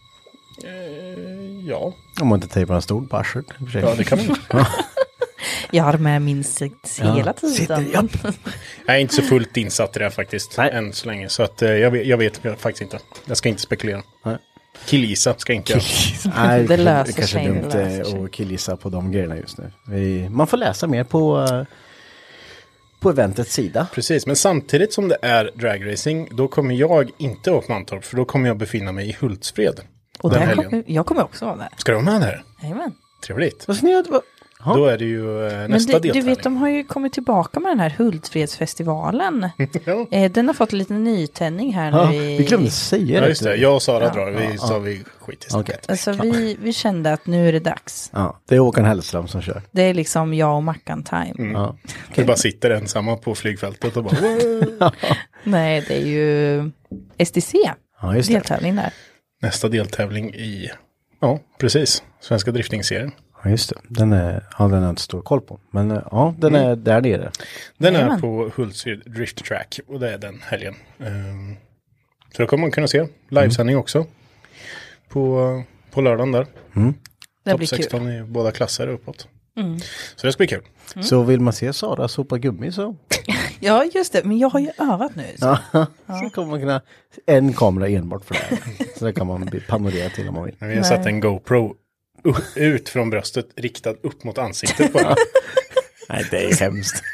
Eh, ja, Om man inte tejpar en stol på arslet. i och för sig. ja, det kan man. Jag har med min sitt hela tiden. Sitter, ja. Jag är inte så fullt insatt i det här faktiskt. Nej. Än så länge. Så att, eh, jag, vet, jag vet faktiskt inte. Jag ska inte spekulera. Nej. Killgissa ska jag inte göra. Nej, Det löser det kanske sig, är det dumt löser eh, sig. att killgissa på de grejerna just nu. Vi, man får läsa mer på, eh, på eventets sida. Precis, men samtidigt som det är dragracing, då kommer jag inte åka på Mantorp, för då kommer jag befinna mig i Hultsfred. Och den där helgen. kommer, jag kommer också vara där. Ska du vara med där? Jajamän. Trevligt. Vad snyggt. vad- Ja. Då är det ju eh, Men nästa du, du deltävling. vet, de har ju kommit tillbaka med den här Hultsfredsfestivalen. Ja. Eh, Den har fått en liten nytändning här Ja, nu i... vi glömde säga Ja, just det. Jag och Sara Ja. drar. Vi Ja, sa ja. vi skit i Okej. snacket. Alltså vi, vi kände att nu är det dags. Ja, det är Håkan Hellström som kör. Det är liksom jag och Mackan time. Mm. Ja. Vi bara sitter ensamma på flygfältet och bara... "Wow." Nej, det är ju S D C. Ja, just det. Deltävling där. Nästa deltävling i... Ja, precis. Svenska driftingserien. Ja, just det. Den är, ja, den har jag inte stor koll på. Men eh, ja, den är där nere. Den är Jajamän. på Hultsfred Drift Track och det är den helgen. Um, så då kommer man kunna se livesändning också. På, på lördagen där. Det Topp blir kul. sexton i båda klasser uppåt. Så det ska bli kul. Så vill man se Sara sopa gummi så, Ja, just det. Men jag har ju övat nu. Så. ja. så kommer man kunna en kamera enbart för det här. Så det kan man bli panorerad till om man vill. Men vi har satt en GoPro u- ut från bröstet riktad upp mot ansiktet på den. Nej, det är hemskt.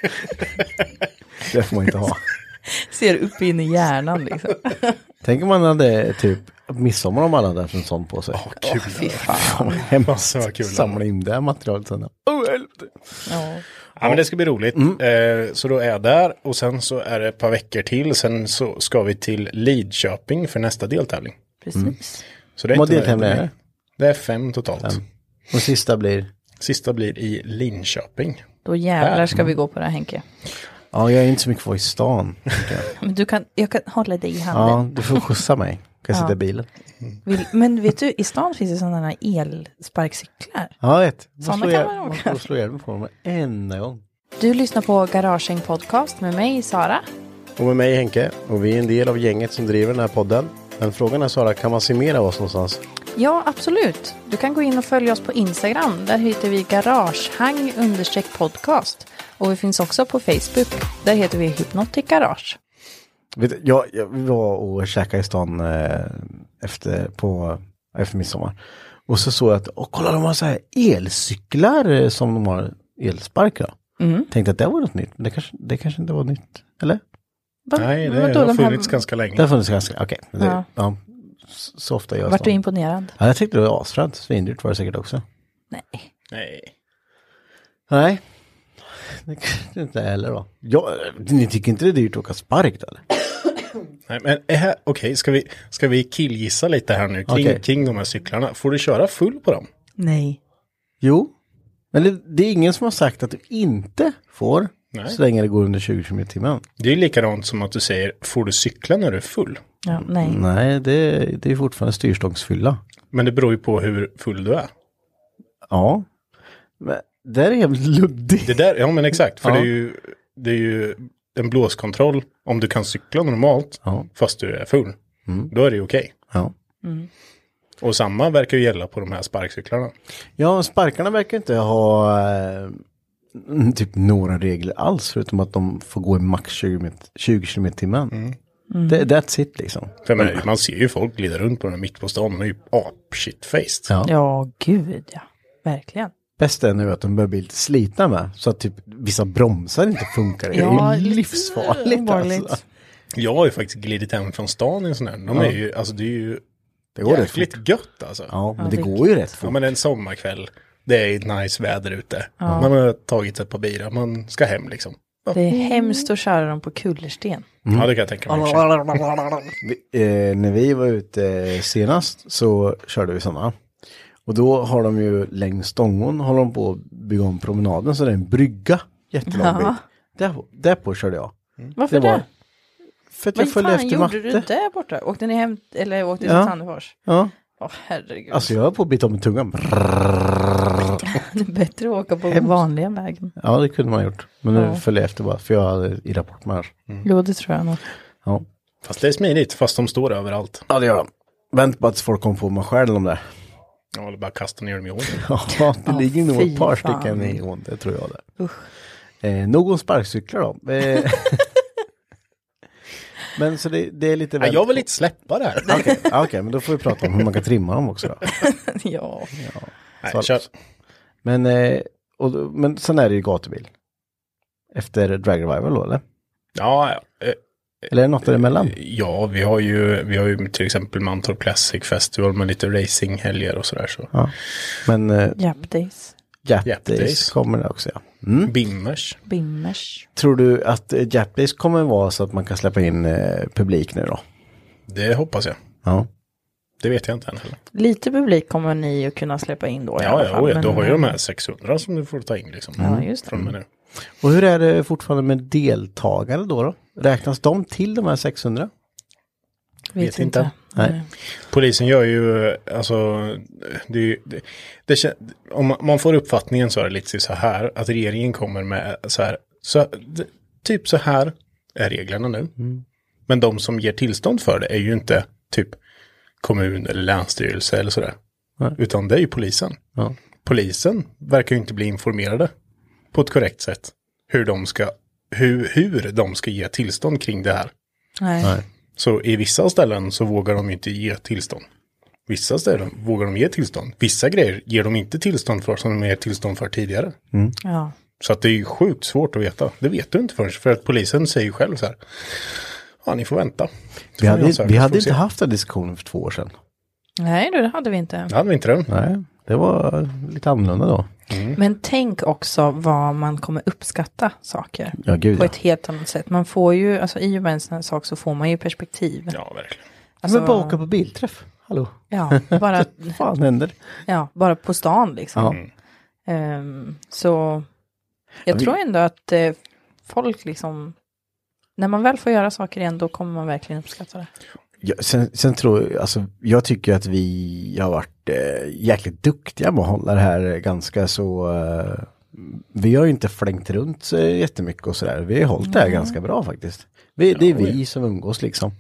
Det får man inte ha. Ser upp in i hjärnan liksom. Tänk om man hade typ midsommar om alla hade haft en sån på sig. Åh, kul. Fy fan. Oh, hemskt. Alltså, vad kul. Samla in det här materialet sen. Oh, helvete. Ja. Ja, men det ska bli roligt. Eh, så då är jag där och sen så är det ett par veckor till. Sen så ska vi till Lidköping för nästa deltävling. Precis. Så det är Vad inte deltävlingar är det? Det är fem totalt. Fem. Och sista blir... Sista blir i Linköping. Då jävlar ska vi gå på det här, Henke. Ja, jag är inte så mycket kvar i stan. tycker jag. Men du kan, jag kan hålla dig i handen. Ja, du får skjutsa mig. Kan jag sitta Ja. i bilen? Vill, men vet du, i stan finns det sådana här elsparkcyklar. Ja, jag vet. Såna Måste kan slå man ihjäl- åka. måste slå ihjäl mig på dem en gång. Du lyssnar på Garaging Podcast med mig, Sara. Och med mig Henke. Och vi är en del av gänget som driver den här podden. Men frågan är Sara, kan man se mer av oss någonstans? Ja, absolut. Du kan gå in och följa oss på Instagram. Där heter vi garagehang understreck podcast. Och vi finns också på Facebook. Där heter vi Hypnotic Garage. Vet du, jag, jag var och käkade i stan eh, efter, på, efter midsommar. Och så såg jag att, och kolla, de har så här elcyklar eh, som de har elsparkar. Mm. Tänkte att det var något nytt. Men det kanske, det kanske inte var nytt, eller? Nej, det har funnits här... ganska länge. Det har funnits ganska, okej. Okay. Ja. Ja, så ofta jag Vart du imponerad? Ja, jag tyckte det var asfränt. Svindyrt var det säkert också. Nej. Nej. Nej. Det kanske inte heller då. Ja, ni tycker inte det är dyrt att åka spark eller? Nej, men okej, okay, ska vi ska vi killgissa lite här nu kring, okay. kring de här cyklarna. Får du köra full på dem? Nej. Jo. Men det, det är ingen som har sagt att du inte får. Nej. Så länge det går under tjugo kilometer i timmen. Det är likadant som att du säger, får du cykla när du är full? Ja, nej. Nej, det, det är fortfarande styrstångsfylla. Men det beror ju på hur full du är. Ja. Men det är jävligt luddigt. Det där, ja men exakt. För ja. det, är ju, det är ju en blåskontroll om du kan cykla normalt ja. fast du är full. Mm. Då är det okej. Okay. Ja. Mm. Och samma verkar ju gälla på de här sparkcyklarna. Ja, sparkarna verkar inte ha eh, typ några regler alls. Förutom att de får gå i max tjugo kilometer i timmen. Mm. Mm. Det, that's it liksom. För man, man ser ju folk glida runt på den här mitt på stan. De är ju apshit-faced. Ja. ja, gud ja. Verkligen. Bästa är nu att de börjar bli lite slitna med. Så att typ vissa bromsar inte funkar. Det är ja, ju livsfarligt alltså. Jag har ju faktiskt glidit hem från stan i en sån här. De ja. är ju, alltså det är ju det går jäkligt rätt gött alltså. Ja, men ja, det, det går ju rätt fort. Ja, men en sommarkväll. Det är nice väder ute. Ja. Man har tagit ett par bilar. Man ska hem liksom. Ja. Det är hemskt att köra dem på kullersten. Mm. Ja, det kan jag tänka mig. vi, eh, när vi var ute senast så körde vi sådana. Och då har de ju längs stångon håller de på att bygga om promenaden så det är en brygga jättelång ja. bit. Där, där på körde jag. Mm. Varför det? Var, för att jag följde efter matte. Vad gjorde du där borta? Åkte ni hem eller åkte ni ja. till Sandefors? Ja. Åh herregud. Alltså jag var på att bita om med tungan. Det är bättre att åka på Hemskt. vanliga vägen. Ja, det kunde man ha gjort. Men nu ja. följde jag efter bara för jag hade i rapport med här. Mm. Jo, det tror jag nog. Ja. Fast det är smidigt, fast de står överallt. Ja, det gör de. Vänt på att folk kommer på mig själv de där. Ja, eller bara kasta ner dem i ån. Ja, det oh, ligger nog ett par stycken i ån, det tror jag det. Usch. Eh, någon sparkcyklar då. Eh, men så det, det är lite... Ja, jag vill lite släppa det här. Okej, okay, okay, men då får vi prata om hur man kan trimma dem också då. ja. ja. Nej, kör. Men, eh, och, men sen är det ju gatubil. Efter Drag Revival då, eller? Ja, ja. Eh, Eller är det något däremellan? Ja, vi har ju, vi har ju till exempel Mantorp Classic Festival med lite racinghelger och sådär. Så. Ja. Men... Eh, Jap Days. Jap, Jap Days. Days kommer det också, ja. Mm. Bimmers. Bimmers. Tror du att eh, Jap Days kommer vara så att man kan släppa in eh, publik nu då? Det hoppas jag. Ja. Det vet jag inte än heller. Lite publik kommer ni att kunna släppa in då i ja, alla fall. Ja, men... då har ju de här sexhundra som du får ta in liksom. Ja, just det. Från med nu. Och hur är det fortfarande med deltagare då då? Räknas de till de här sexhundra? Vet, Vet inte. inte. Nej. Polisen gör ju, alltså, det, det, det, om man, man får uppfattningen så är det lite så här, att regeringen kommer med så här, så, det, typ så här är reglerna nu. Mm. Men de som ger tillstånd för det är ju inte typ kommun eller länsstyrelse eller sådär. Nej. Utan det är ju polisen. Ja. Polisen verkar ju inte bli informerade på ett korrekt sätt hur de ska, hur, hur de ska ge tillstånd kring det här. Nej. Nej. Så i vissa ställen så vågar de inte ge tillstånd. Vissa ställen vågar de ge tillstånd. Vissa grejer ger de inte tillstånd för som de ger tillstånd för tidigare. Mm. Ja. Så att det är ju sjukt svårt att veta. Det vet du inte förrän. För att polisen säger ju själv så här. Ja, ni får vänta. Vi hade, vi hade inte haft en diskussion för två år sedan. Nej, det hade vi inte. Det hade vi inte det. Nej, det var lite annorlunda då. Mm. Men tänk också vad man kommer uppskatta saker ja, gud, på ja. ett helt annat sätt. Man får ju, alltså i och med en sån här sak så får man ju perspektiv. Ja, verkligen. Alltså, men bara åka på bilträff, hallå? Ja, bara... vad fan händer? Ja, bara på stan liksom. Ja. Um, så jag ja, tror vi... ändå att eh, folk liksom, när man väl får göra saker igen, då kommer man verkligen uppskatta det. Ja, sen, sen tror jag, alltså, jag tycker att vi har varit eh, jäkligt duktiga med att hålla det här ganska så, eh, vi har ju inte flängt runt så jättemycket och sådär, vi har hållit det här mm. ganska bra faktiskt. Vi, det är vi som umgås liksom.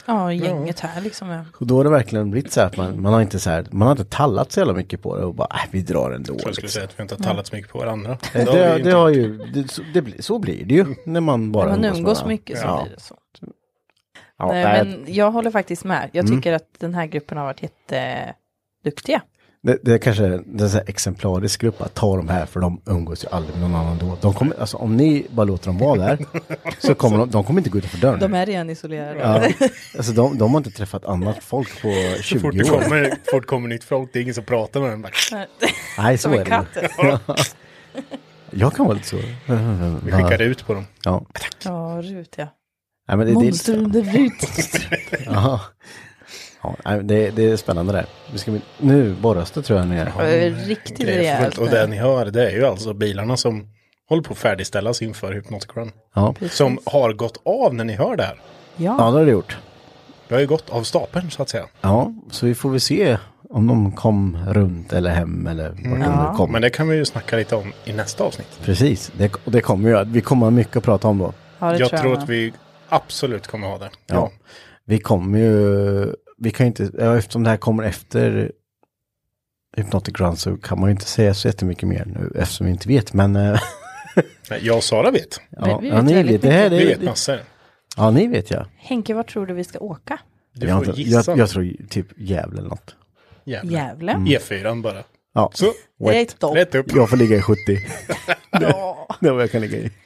Ja, gänget här liksom. Ja. Och då har det verkligen blivit så här att man, man har inte så här, man har inte tallat så jävla mycket på det och bara, äh, vi drar ändå. Jag skulle liksom. säga att vi inte har tallat så mycket på varandra. Det, det, har, det har ju, det, så, det blir, så blir det ju när man bara När man umgås, umgås med mycket så ja. blir det så. Ja, Nej, nej, men jag håller faktiskt med. Jag tycker mm. att den här gruppen har varit jätteduktiga. Det, det är kanske det är en exemplarisk grupp att ta de här, för de umgås ju aldrig med någon annan då. De kommer, alltså, om ni bara låter dem vara där så kommer de, de kommer inte gå utanför dörren. De är redan isolerade. Ja. Alltså de, de har inte träffat annat folk på tjugo fort år. Så kommer, fort kommer nytt folk, det är ingen som pratar med dem. Nej, så som är det. Ja. Jag kan vara lite så. Vi skickar ut på dem. Ja, ja Rut, ja. Nej, men det, Monster det, under Rut. Ja. Ja, det, det är spännande där. Vi ska, nu borras det tror jag ner. Ja, riktigt rejält. Och det ni hör, det är ju alltså bilarna som håller på att färdigställas inför Hypnotic Run. Ja. Som har gått av när ni hör det här. Ja, Ja, det har det gjort. Det har ju gått av stapeln så att säga. Ja, så vi får väl se om de kom runt eller hem eller vart Mm. de Ja. kom. Men det kan vi ju snacka lite om i nästa avsnitt. Precis, det, det kommer ju. Vi kommer ha mycket att prata om då. ja det Jag tror tror jag att vi absolut kommer ha det. Ja. Ja. Vi kommer ju, vi kan ju inte, ja, eftersom det här kommer efter Hypnotic Run så kan man ju inte säga så jättemycket mer nu eftersom vi inte vet, men äh, Nej, jag och Sara vet. ja, Vi- vi ja, vet ni väldigt vet, det här, Vi det, vet det, massor. ja, ni vet ja. Henke, var tror du vi ska åka? Du jag, får inte- gissa. jag, jag tror typ Gävle eller något. Jävlar. Gävle. E fyra bara. Ja, Så, Det är ett dopp. rätt upp. jag får ligga i sjuttio. Ja. Det är vad jag kan ligga i.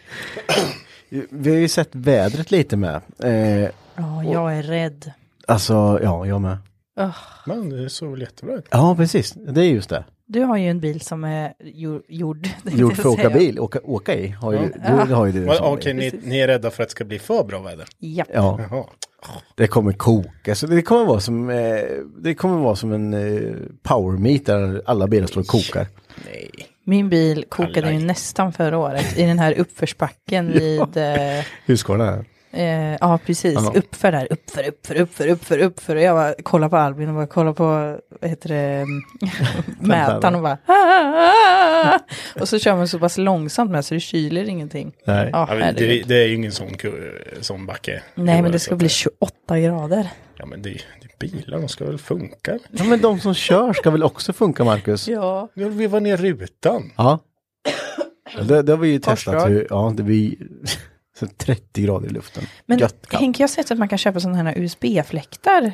Vi har ju sett vädret lite med. Eh, Ja, jag är rädd. alltså, ja, jag med. Ugh. Men det såg väl jättebra ut. Ja, precis. Det är just det. Du har ju en bil som är jo- gjord. tänkte Gjort jag för att åka säga. bil, åka, åka i. Har ju, Ja. du, det har ju du. en Men, sån Okej, bil. ni, ni är rädda för att det ska bli för bra väder? Japp. Ja, Jaha. det kommer koka. Så det kommer vara som, eh, det kommer vara som en eh, power meet där alla bilar står och kokar. Nej. Min bil kokade Alla. ju nästan förra året i den här uppförsbacken vid... Eh, Husqvarna. Eh, ja, precis. Ja. Uppför där, uppför, uppför, uppför, uppför, uppför. Och jag bara kollar på Albin och bara kollar på, vad heter det, mätaren och bara "Ah!" Och så kör man så pass långsamt med så det kyler ingenting. Nej. Ja, Ja, men herregud. det, det är ju ingen sån, ku- sån backe. Nej, men det Så ska att bli tjugoåtta grader. Ja, men det, det är bilar, de ska väl funka? Ja, men de som kör ska väl också funka, Marcus? Ja. Jag vill vara ner rutan. Ja. Det, det har vi ju testat. Korsdrag. Hur, ja, det blir så trettio grader i luften. Men Gött kallt. Henke, jag har sett att man kan köpa sådana här U S B-fläktar.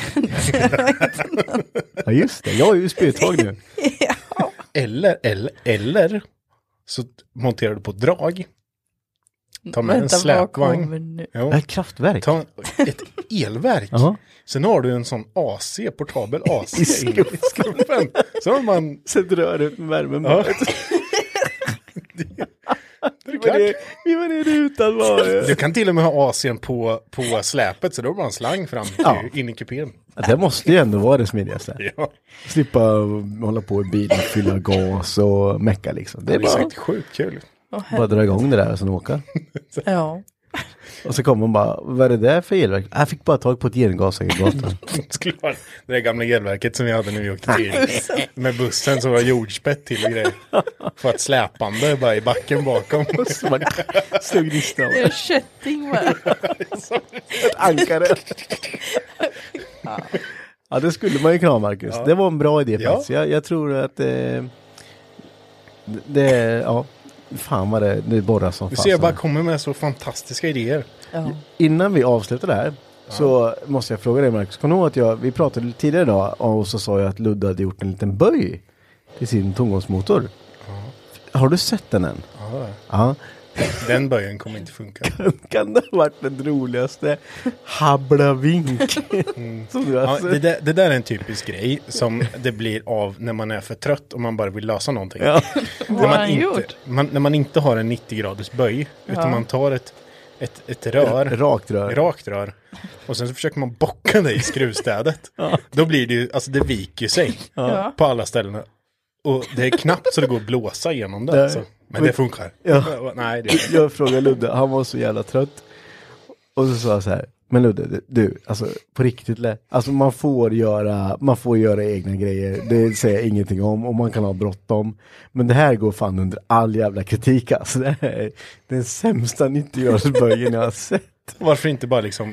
Ja, just det. Jag har ju U S B-tag nu. Eller, eller, eller så monterar du på drag. Ta med en Vänta, vad kommer släpvagn. nu? Jo. Ja, kraftverk. Ta ett elverk. Ja. Sen har du en sån A C, portabel A C in i skuffen. Så har man... Sätter rör ut med värmen. Ja. Vi var ner- vi var nere utan var. Du kan till och med ha A C:n på, på släpet, så då har man en slang fram till, Ja. in i kupén. Ja, det måste ju ändå vara det smidigaste. Ja, Slippa hålla på i bilen, fylla gas och mecka liksom. Det det är är bara, säkert sjukt kul. bara dra igång det där och sen åka. Ja. Och så kommer man bara, vad är det där för elverk? Jag fick bara tag på ett gengasaggregat. Skulle vara det där gamla elverket som vi hade när vi åkte till. Med bussen som var jordspett till och grejer. För att släpande bara i backen bakom. Så man slog distan. Det är en kötting bara. Ett ankare. Ja, det skulle man ju kunna ha, Marcus. Det var en bra idé Ja. faktiskt. Jag, jag tror att eh, det, ja, fan vad det, det borras som Du fan. ser, jag bara kommer med så fantastiska idéer. Ja. Innan vi avslutar det här så måste jag fråga dig, Marcus. Kommer du ihåg att jag, vi pratade lite tidigare idag och så sa jag att Ludde hade gjort en liten böj till sin tomgångsmotor. Har du sett den än? Ja, Ja. den böjen kommer inte funka. Kan det ha varit den roligaste habla-vink som du har Ja, sett? det, där, det där är en typisk grej som det blir av när man är för trött och man bara vill lösa någonting. Ja. Vad När har man, han inte, gjort? man, när man inte har en nittio graders böj, utan man tar ett, ett, ett rör, Rakt rör. rakt rör, och sen så försöker man bocka det i skruvstädet. Då blir det ju, alltså det viker sig Ja. på alla ställena. Och det är knappt så det går att blåsa igenom det. Nej. Alltså. Men det funkar. Ja. Nej, det Jag frågade Ludde, han var så jävla trött. Och så sa jag så här, men Ludde, du, alltså på riktigt, lä- alltså man får göra, man får göra egna grejer, det säger jag ingenting om, och man kan ha bråttom. Men det här går fan under all jävla kritik, alltså det här är den sämsta nittio-gradersböjen jag har sett. Varför inte bara liksom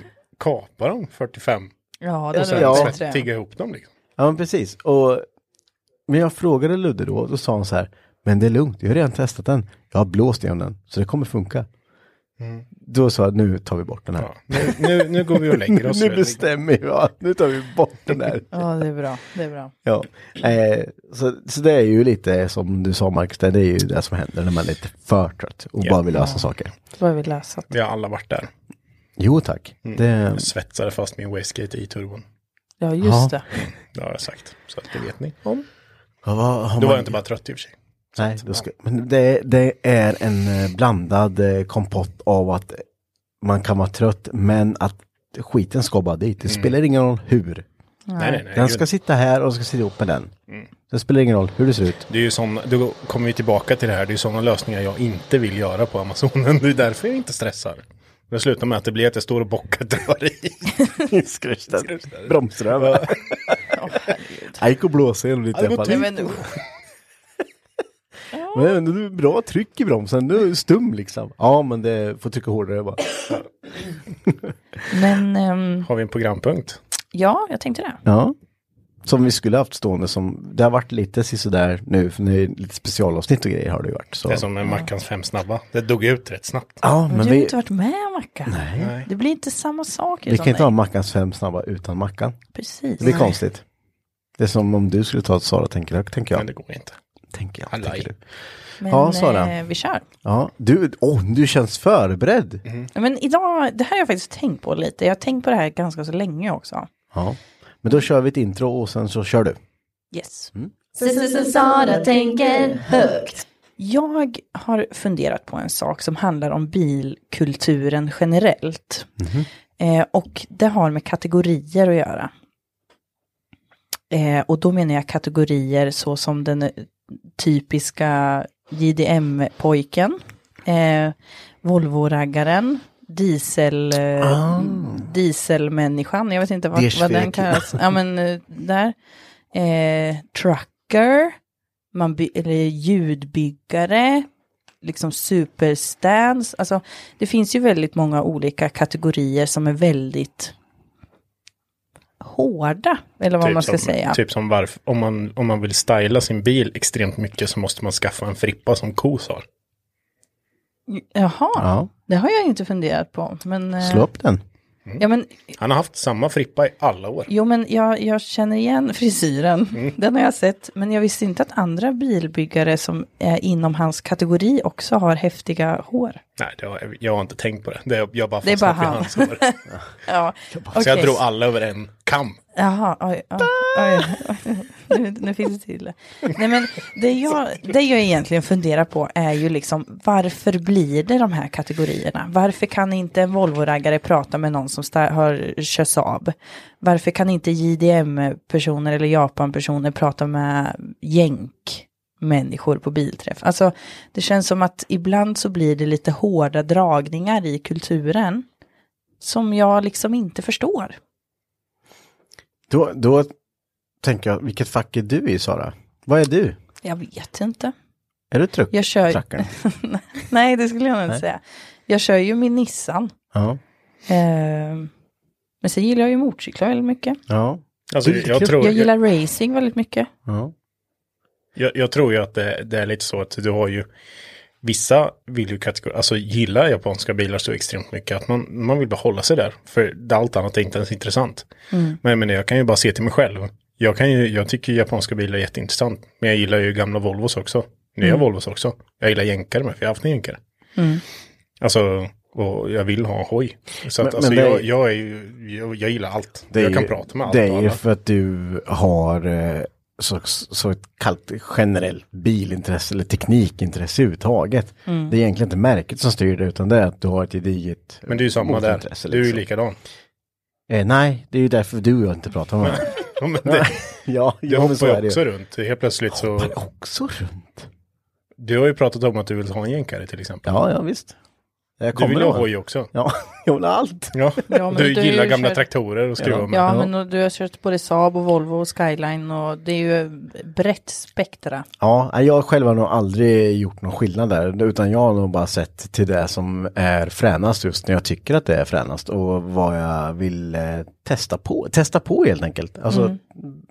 kapa dem fyrtiofem. Ja, det Och sen hade varit svett- bättre. tigga ihop dem liksom. Ja, men precis. Och, men jag frågade Ludde då, då sa han så här, men det är lugnt, jag har redan testat den. Jag har blåst igenom den, så det kommer funka. Mm. Då sa jag, nu tar vi bort den här. Ja, nu, nu, nu går vi och lägger oss. Nu bestämmer jag, nu tar vi bort den här. Ja, det är bra. Det är bra. Ja, eh, så, så det är ju lite som du sa, Marcus, det är ju det som händer när man är lite för trött och Ja. bara vill lösa saker. Vad har vi läsat? Vi har alla varit där. Jo, tack. Mm. Det, Jag svetsade fast min Wastegate i turbon. Ja, just Ja. det. Det har jag sagt. Så att det vet ni om. ja, vad har Då var man- jag inte bara trött i och för sig. Nej, då ska, men det, det är en eh, blandad eh, kompott av att man kan vara trött, men att skiten ska bara dit. Det spelar ingen roll hur. Nej, nej, nej. Den gud. ska sitta här och ska sitta ihop med den. Det spelar ingen roll hur det ser ut. Det är ju sån, då kommer vi tillbaka till det här. Det är ju sådana lösningar jag inte vill göra på Amazonen. Det är därför jag inte stressar. Det slutar med att det blir att jag står och bockar drar i. Skrusten. Bromsröv. Jag gick och blåser genom lite i alla fall. Nej, men, Men du är bra tryck i bromsen. Du är stum liksom. Ja, men det får trycka hårdare bara. men ehm, Har vi en programpunkt? ja, jag tänkte det. Ja. Som vi skulle haft stående som, det har varit lite sådär nu, för det är lite specialavsnitt och grejer har det ju varit. Så. Det är som med Mackans fem snabba. Det dog ut rätt snabbt. Ja, Men men du har vi, inte varit med, Mackan. Nej. Det blir inte samma sak. vi kan inte ha Mackans fem snabba utan Mackan. Precis. Det blir konstigt. Det är som om du skulle ta ett Sara tänker jag, tänker Men jag. det går inte. Tänker jag, Hallaj. tänker du. Men Ja, Sara. eh, vi kör. Ja, du, åh, du känns förberedd. Men idag, det här har jag faktiskt tänkt på lite. Jag har tänkt på det här ganska så länge också. Ja, men då kör vi ett intro och sen så kör du. Yes. Sara tänker högt. Jag har funderat på en sak som handlar om bilkulturen generellt. Eh, och det har med kategorier att göra. Eh, och då menar jag kategorier så som den typiska J D M-pojken, eh, Volvo-raggaren, diesel, eh, Ah. dieselmänniskan, jag vet inte vad, vad den Dieselfek. kallas. Ja, men eh, där. Eh, trucker, man by- eller ljudbyggare, liksom superstands. Alltså, det finns ju väldigt många olika kategorier som är väldigt hårda, eller vad man ska som, säga. Typ som varför, om man, om man vill styla sin bil extremt mycket så måste man skaffa en frippa som Kos har. Jaha, Ja, det har jag inte funderat på. Men, eh, slå upp den. ja, men, Han har haft samma frippa i alla år. jo, men jag, jag känner igen frisyren. Mm. Den har jag sett. Men jag visste inte att andra bilbyggare som är inom hans kategori också har häftiga hår. Nej, det har, jag har inte tänkt på det. det är, jag bara Det är bara fastnat vid han. hans hår. Ja, Så jag okej. drog alla över en kam. Jaha, oj, oj, oj. Nu, nu finns det till. Nej, men det jag, det jag egentligen funderar på är ju liksom, varför blir det de här kategorierna? Varför kan inte en Volvo-raggare prata med någon som sta- har kör Saab? Varför kan inte J D M-personer eller Japan-personer prata med jänk människor på bilträff? Alltså, det känns som att ibland så blir det lite hårda dragningar i kulturen som jag liksom inte förstår. Då, då tänker jag, vilket fack är du i, Sara? Vad är du? Jag vet inte. Är du truck? Jag kör... Trackaren? Nej, det skulle jag nog inte Nej. säga. Jag kör ju min Nissan. Ja. Eh, men sen gillar jag ju motorcyklar väldigt mycket. Ja. Alltså, Det är lite jag, kul. tror, Jag jag, gillar racing väldigt mycket. Ja. jag, jag tror ju att det, det är lite så att du har ju vissa vill ju kategori, alltså gillar japanska bilar så extremt mycket att man, man vill bara hålla sig där. För allt annat är inte ens intressant. Mm. Men, men jag kan ju bara se till mig själv. Jag, kan ju, jag tycker japanska bilar är jätteintressant. Men jag gillar ju gamla Volvos också. Nya Mm. Volvos också. Jag gillar jänkare med, för jag har haft en jänkare. Mm. Alltså, och jag vill ha hoj. Så att, Men- alltså, men det är- jag, jag, är ju, jag, jag gillar allt. Det är jag kan ju- prata med allt Det och är ju alla. för att du har eh, så, så ett kallt generellt bilintresse eller teknikintresse överhuvudtaget. Mm. Det är egentligen inte märket som styr det, utan det är att du har ett gediget Men det är ju samma där. motorintresse, Du är ju liksom. likadan. Eh, nej, det är ju därför du och jag inte pratar med varandra. Ja, men det, Ja, det ja men så hoppar är ju det också ju. runt. Helt plötsligt så... Hoppar också runt. Du har ju pratat om att du vill ha en jänkare till exempel. Ja, ja visst. Jag Du vill ju då. ha hoj också. Ja, jag vill ha allt. Ja. Ja, men du du gillar kör- gamla traktorer och skruva Ja. med. Ja, Ja. men och du har kört både Saab och Volvo och Skyline och det är ju brett spektra. Ja, nej, jag själv har nog aldrig gjort någon skillnad där, utan jag har nog bara sett till det som är fränast just när jag tycker att det är fränast och vad jag vill eh, testa på. Testa på helt enkelt. Alltså, Mm.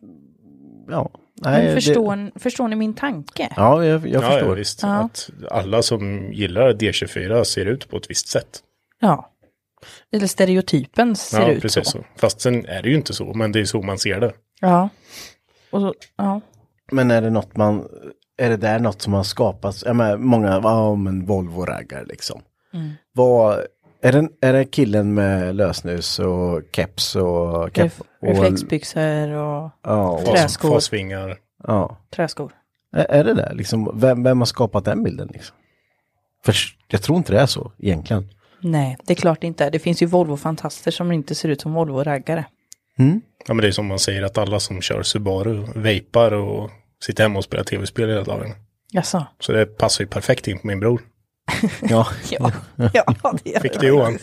ja. Nej, Men det- förstår, förstår ni min tanke? Ja, jag, jag Ja, förstår. ja, visst. Ja. Att alla som gillar D tjugofyra ser ut på ett visst sätt. Ja. Eller stereotypen ser Ja, ut precis så. så. Fast sen är det ju inte så, men det är så man ser det. Ja. Och så, ja. Men är det något man, är det där något som har skapats? Jag menar, många, ja men Volvo-raggar liksom. Mm. Vad, är det, är det killen med lösnus och keps och kepp? Ref- reflexbyxor och Ja, och, Trä- Träskor. Fasvingar. ja. träskor. Är, är det där liksom? Vem, vem har skapat den bilden liksom? För jag tror inte det är så egentligen. Nej, det är klart inte. Det finns ju Volvo-fantaster som inte ser ut som Volvo-raggare. Mm. Ja, men det är som man säger att alla som kör Subaru vejpar och sitter hemma och spelar tv-spel hela dagen. Jaså? Så det passar ju perfekt in på min bror. Ja, Ja, ja det är Fick det Johan?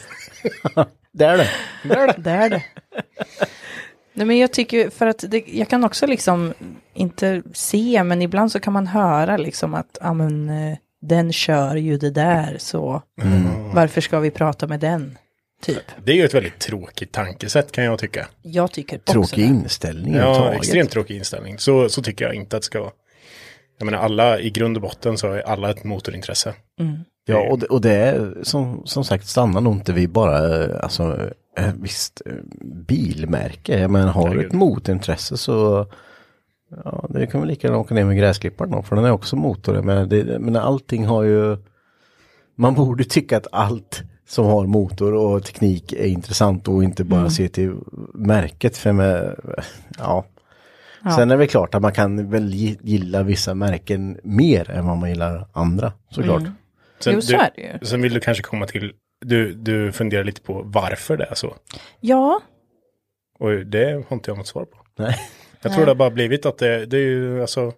det är det. Det är det. Nej, men jag tycker, för att det, jag kan också liksom inte se, men ibland så kan man höra liksom att, ja men, eh, den kör ju det där, så varför ska vi prata med den? Typ. Det är ju ett väldigt tråkigt tankesätt kan jag tycka. Jag tycker också Tråkig det. inställning. Ja, överhuvudtaget. extremt tråkig inställning. Så, så tycker jag inte att det ska vara. Jag menar, alla i grund och botten så är alla ett motorintresse. Mm. Ja, och det, och det är som, som sagt stannar nog inte vi bara, eh, alltså eh, visst eh, bilmärke. Jag menar, har du Herregud. ett motintresse så ja, det kan väl lika gärna åka ner med gräsklipparen då, för den är också motor. Jag menar, det, men allting har ju, man borde tycka att allt som har motor och teknik är intressant och inte bara se till märket för med, ja. Ja. Sen är det klart att man kan väl gi- gilla vissa märken mer än vad man gillar andra, såklart. Mm. Sen, Jo, så du, är det ju. sen vill du kanske komma till, du, du funderar lite på varför det är så. Ja, Och det har inte jag något svar på. Nej. Jag tror det har bara blivit att det, det är ju alltså,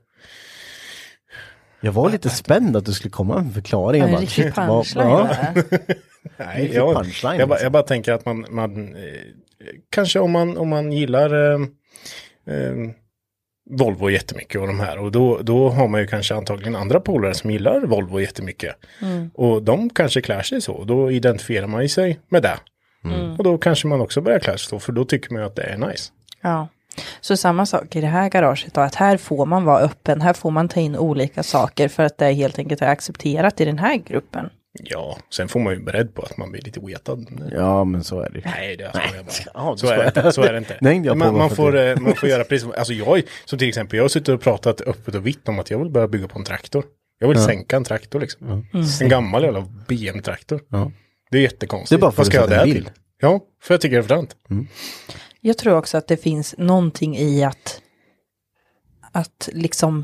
Jag var lite spänd att du skulle komma med en förklaring. Jag en bara, riktig shit, vad- punchline ja. där. nej, Riktig jag, punchline, jag, bara, alltså. jag bara tänker att man, man eh, kanske om man, om man gillar eh, eh, Volvo jättemycket och de här, och då, då har man ju kanske antagligen andra polare som gillar Volvo jättemycket. Mm. Och de kanske klär sig så, och då identifierar man ju sig med det. Mm. Och då kanske man också börjar klä sig så, för då tycker man ju att det är nice. Ja, så samma sak i det här garaget då, att här får man vara öppen, här får man ta in olika saker för att det är helt enkelt är accepterat i den här gruppen. Ja, sen får man ju beredd på att man blir lite vetad. Ja, men så är det ju. Nej, det är så jag bara. Ja, Så är det inte. Så är det inte. Nej, jag man, på man, för får, det. eh, man får göra precis som, alltså jag, som till exempel, jag har suttit och pratat öppet och vitt om att jag vill börja bygga på en traktor. Jag vill sänka en traktor liksom. En gammal jävla B M-traktor. Ja. Det är jättekonstigt. Det är bara för Vad ska att jag sätta ha en det bil. till? Ja, för jag tycker det är fränt. Jag tror också att det finns någonting i att att liksom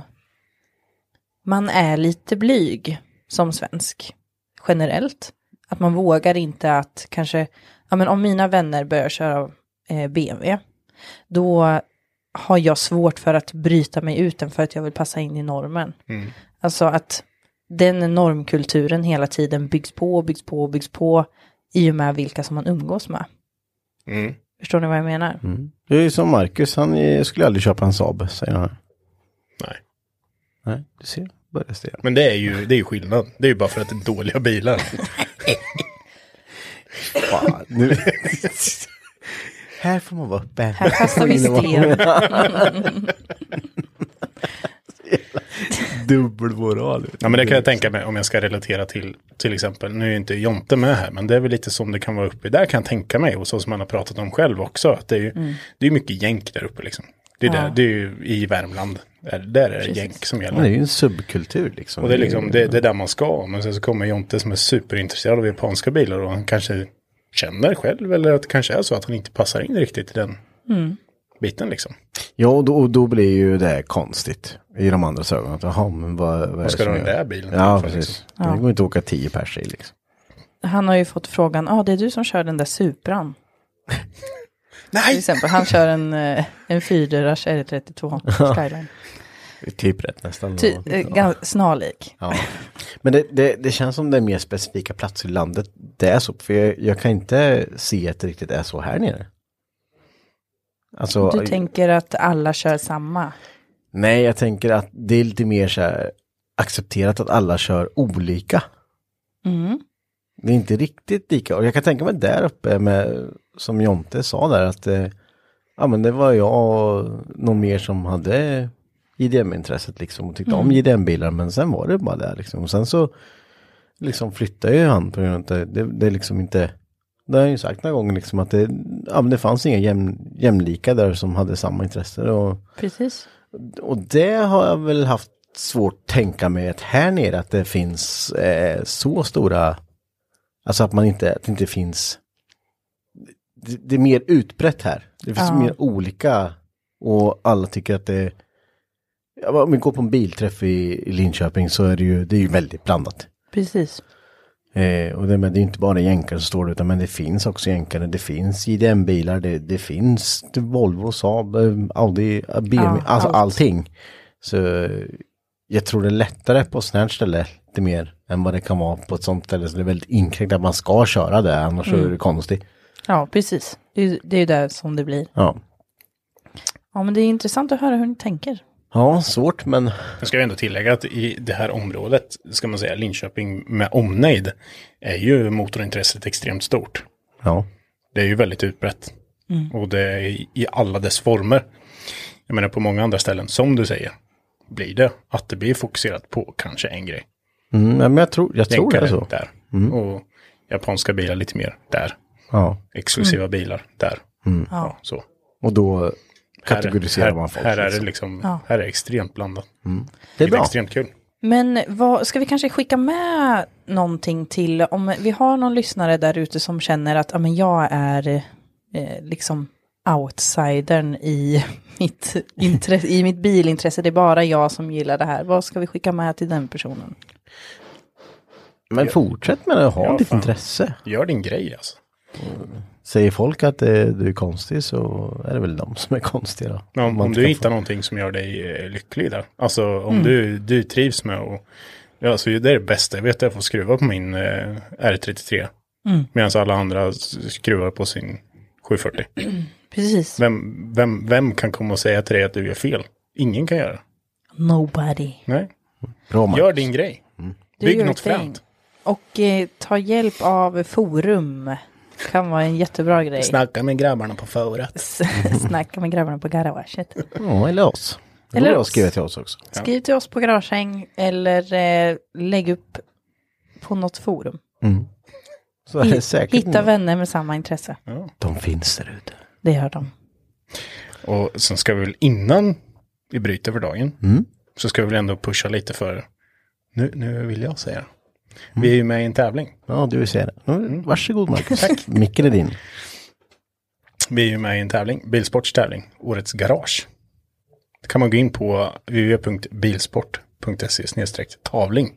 man är lite blyg som svensk generellt. Att man vågar inte att kanske, ja men om mina vänner börjar köra eh, B M W, då har jag svårt för att bryta mig ut den för att jag vill passa in i normen. Mm. Alltså att den normkulturen hela tiden byggs på, byggs på, byggs på i och med vilka som man umgås med. Mm. Förstår ni vad jag menar? Mm. Det är ju som Marcus, han eh, skulle aldrig köpa en Saab, säger han. Nej. Nej, du ser, börjar det. Men det är ju, det är ju skillnad. Det är ju bara för att det är dåliga bilar. Fan, nu... Här får man vara öppen. Här kastar vi sten. Dubbelmoral. Ja, men det kan jag tänka mig om jag ska relatera till, till exempel, nu är ju inte Jonte med här, men det är väl lite som det kan vara uppe. Där kan jag tänka mig, och så som man har pratat om själv också, att det är ju, Mm. det är mycket jänk där uppe liksom. Det är, Ja. där, det är ju i Värmland, där, där är det jänk som Det är gäller. ju en subkultur liksom. Och det är liksom, det, det är där man ska, men sen så kommer Jonte som är superintresserad av japanska bilar, och han kanske känner själv, eller att det kanske är så att han inte passar in riktigt i den Mm. biten liksom. Ja, och då, och då blir ju det konstigt i de andra ögonen. Att, jaha, men vad, vad är Vad det ska som den gör- där bilen? Ja, för, precis. liksom? Ja. Det går inte att åka tio pers i liksom. Han har ju fått frågan, ja ah, det är du som kör den där Supran. Till Nej! exempel, han kör en, eh, en fyrdörrars R trettiotvå Skyline. Typ rätt nästan. Ty, eh, gans- snarlik. Ja. Men det, det, det känns som det är mer specifika platser i landet. Det är så, för jag, jag kan inte se att det riktigt är så här nere. Alltså, Du tänker att alla kör samma? Nej, jag tänker att det är lite mer så här accepterat att alla kör olika. Mm. Det är inte riktigt lika. Och jag kan tänka mig där uppe med, som Jonte sa där, att eh, ja, men det var jag och någon mer som hade I D M-intresset liksom och tyckte mm. om I D M-bilar, men sen var det bara där liksom. Och sen så liksom flyttade ju han på grund av att det, det, det är liksom inte, det har jag ju sagt några gånger liksom att det, ja, men det fanns inga jäm, jämlika där som hade samma intresse. Och, precis. Och det har jag väl haft svårt att tänka mig att här nere att det finns eh, så stora, alltså att man inte, att det inte finns, det, det är mer utbrett här. Det finns ja. mer olika och alla tycker att det, ja, om vi går på en bilträff i, i Linköping så är det ju, det är ju väldigt blandat. Precis. Eh, och det, men det är inte bara jänkare som står det, utan men det finns också jänkare, det finns I D M-bilar, det, det finns det Volvo, Saab, Audi, B M W, ja, alltså allt. allting. Så jag tror det är lättare på ett sånt här ställe lite mer än vad det kan vara på ett sånt ställe så det är väldigt inkränkt att man ska köra det, annars mm. är det konstigt. Ja, precis. Det är, det är ju där som det blir. Ja. Ja, men det är intressant att höra hur ni tänker. Ja, svårt, men... Jag ska ju ändå tillägga att i det här området, ska man säga, Linköping med omnejd, är ju motorintresset extremt stort. Ja. Det är ju väldigt utbrett. Mm. Och det är i alla dess former. Jag menar på många andra ställen, som du säger, blir det att det blir fokuserat på kanske en grej. Mm, men jag tror, jag tror det är så. Där. Mm. Och japanska bilar lite mer där. Ja. Exklusiva mm. bilar där. Mm. Ja, så. Och då kategoriserar här, man folk. Här är liksom. det liksom, ja. här är det extremt blandat. Mm. Det är det bra. Är extremt kul. Men vad, ska vi kanske skicka med någonting till, om vi har någon lyssnare där ute som känner att ja, men jag är eh, liksom outsidern i mitt, intresse, i mitt bilintresse, det är bara jag som gillar det här. Vad ska vi skicka med till den personen? Men fortsätt med att ha ja, ditt fan. intresse. Gör din grej alltså. Mm. Säger folk att eh, du är konstig så är det väl de som är konstiga då. Ja, om Man om du kan hittar få... någonting som gör dig eh, lycklig där. Alltså om Mm. du, du trivs med och ja, alltså, det är det bästa. Jag vet att jag får skruva på min eh, R trettiotre. Mm. Medan alla andra skruvar på sin sjuhundrafyrtio. Precis. Vem, vem, vem kan komma och säga till dig att du gör fel? Ingen kan göra. Nobody. Nej. Bra, Marcus. Gör din grej. Mm. Bygg något främt. Och eh, ta hjälp av forum. Kan vara en jättebra grej. Snacka med grabbarna på forumet. Snacka med grabbarna på garaget. Ja, eller oss. Det Eller eller oss. skriva till oss också. Skriv till oss på garagehäng eller eh, lägg upp på något forum. Mm. Så är det säkert. Hitta vänner med samma intresse. Ja. De finns där ute. Det gör de. Och sen ska vi väl innan vi bryter för dagen Mm. så ska vi väl ändå pusha lite för nu, nu vill jag säga. Vi är ju med i en tävling. Ja, du vill säga det. Mm. Varsågod, Marcus. Tack. Micken är din. Vi är ju med i en tävling, bilsportstävling, Årets Garage. Det kan man gå in på w w w punkt bilsport punkt se slash tavling.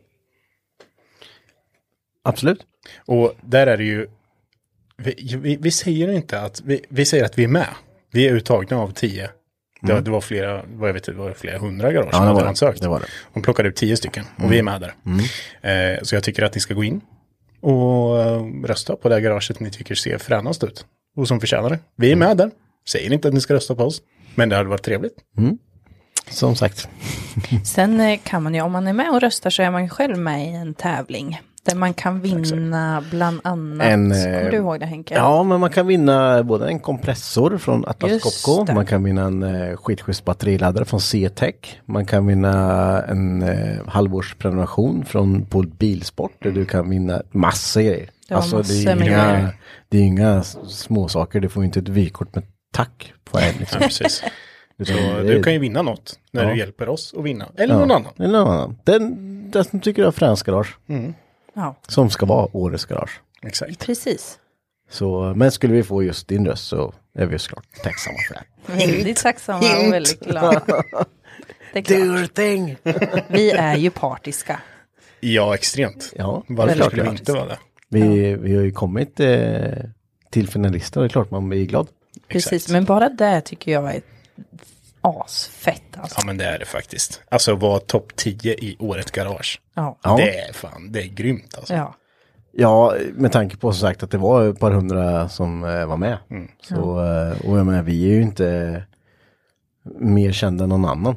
Absolut. Och där är det ju, vi, vi, vi säger inte att, vi, vi säger att vi är med. Vi är uttagna av tio. Det, Mm. det var flera, vad jag vet, det var flera hundra garage Ja, som det hade var det. ansökt. Det var det. De plockade ut tio stycken och Mm. vi är med där. Mm. Eh, så jag tycker att ni ska gå in och eh, rösta på det här garaget ni tycker ser fränast ut. Och som förtjänar det. Vi är med där. Säger inte att ni ska rösta på oss. Men det hade varit trevligt. Mm. Som sagt. Sen eh, kan man ju, om man är med och röstar så är man ju själv med i en tävling. Där man kan vinna bland annat. En, Kommer du ihåg det, Henke? Ja, men man kan vinna både en kompressor från Atlas Just Copco. det. Man kan vinna en eh, skitschysst batteriladdare från C-Tech. Man kan vinna en eh, halvårsprenumeration från Pol Bilsport. Där du kan vinna massa grejer. Det var Alltså, det massor är med inga, grejer. det är inga små saker. Du får inte ett vykort med tack på en. Liksom. Ja, precis. Utan Så det du är- kan ju vinna något när Ja. du hjälper oss att vinna. Eller ja, någon annan. Eller någon annan. Den, den som tycker jag är Frans Garage. Mm. Ja, Som ska vara Årets Garage. Exakt. precis. Så, men skulle vi få just din röst så är vi såklart tacksamma för det. Väldigt tacksamma och väldigt glada. Det är klart. your thing! Vi är ju partiska. Ja, extremt. Ja, Varför det är klart skulle vi det är. inte vara det? Vi, vi har ju kommit eh, till finalister och det är klart man blir glad. Precis, Exakt. men bara det tycker jag är asfett alltså. Ja, men det är det faktiskt. Alltså vara topp tio i årets garage. Ja. Det är fan, det är grymt alltså. Ja. Ja, med tanke på som sagt att det var ett par hundra som eh, var med. Mm. Så, eh, och jag menar, vi är ju inte mer kända än någon annan.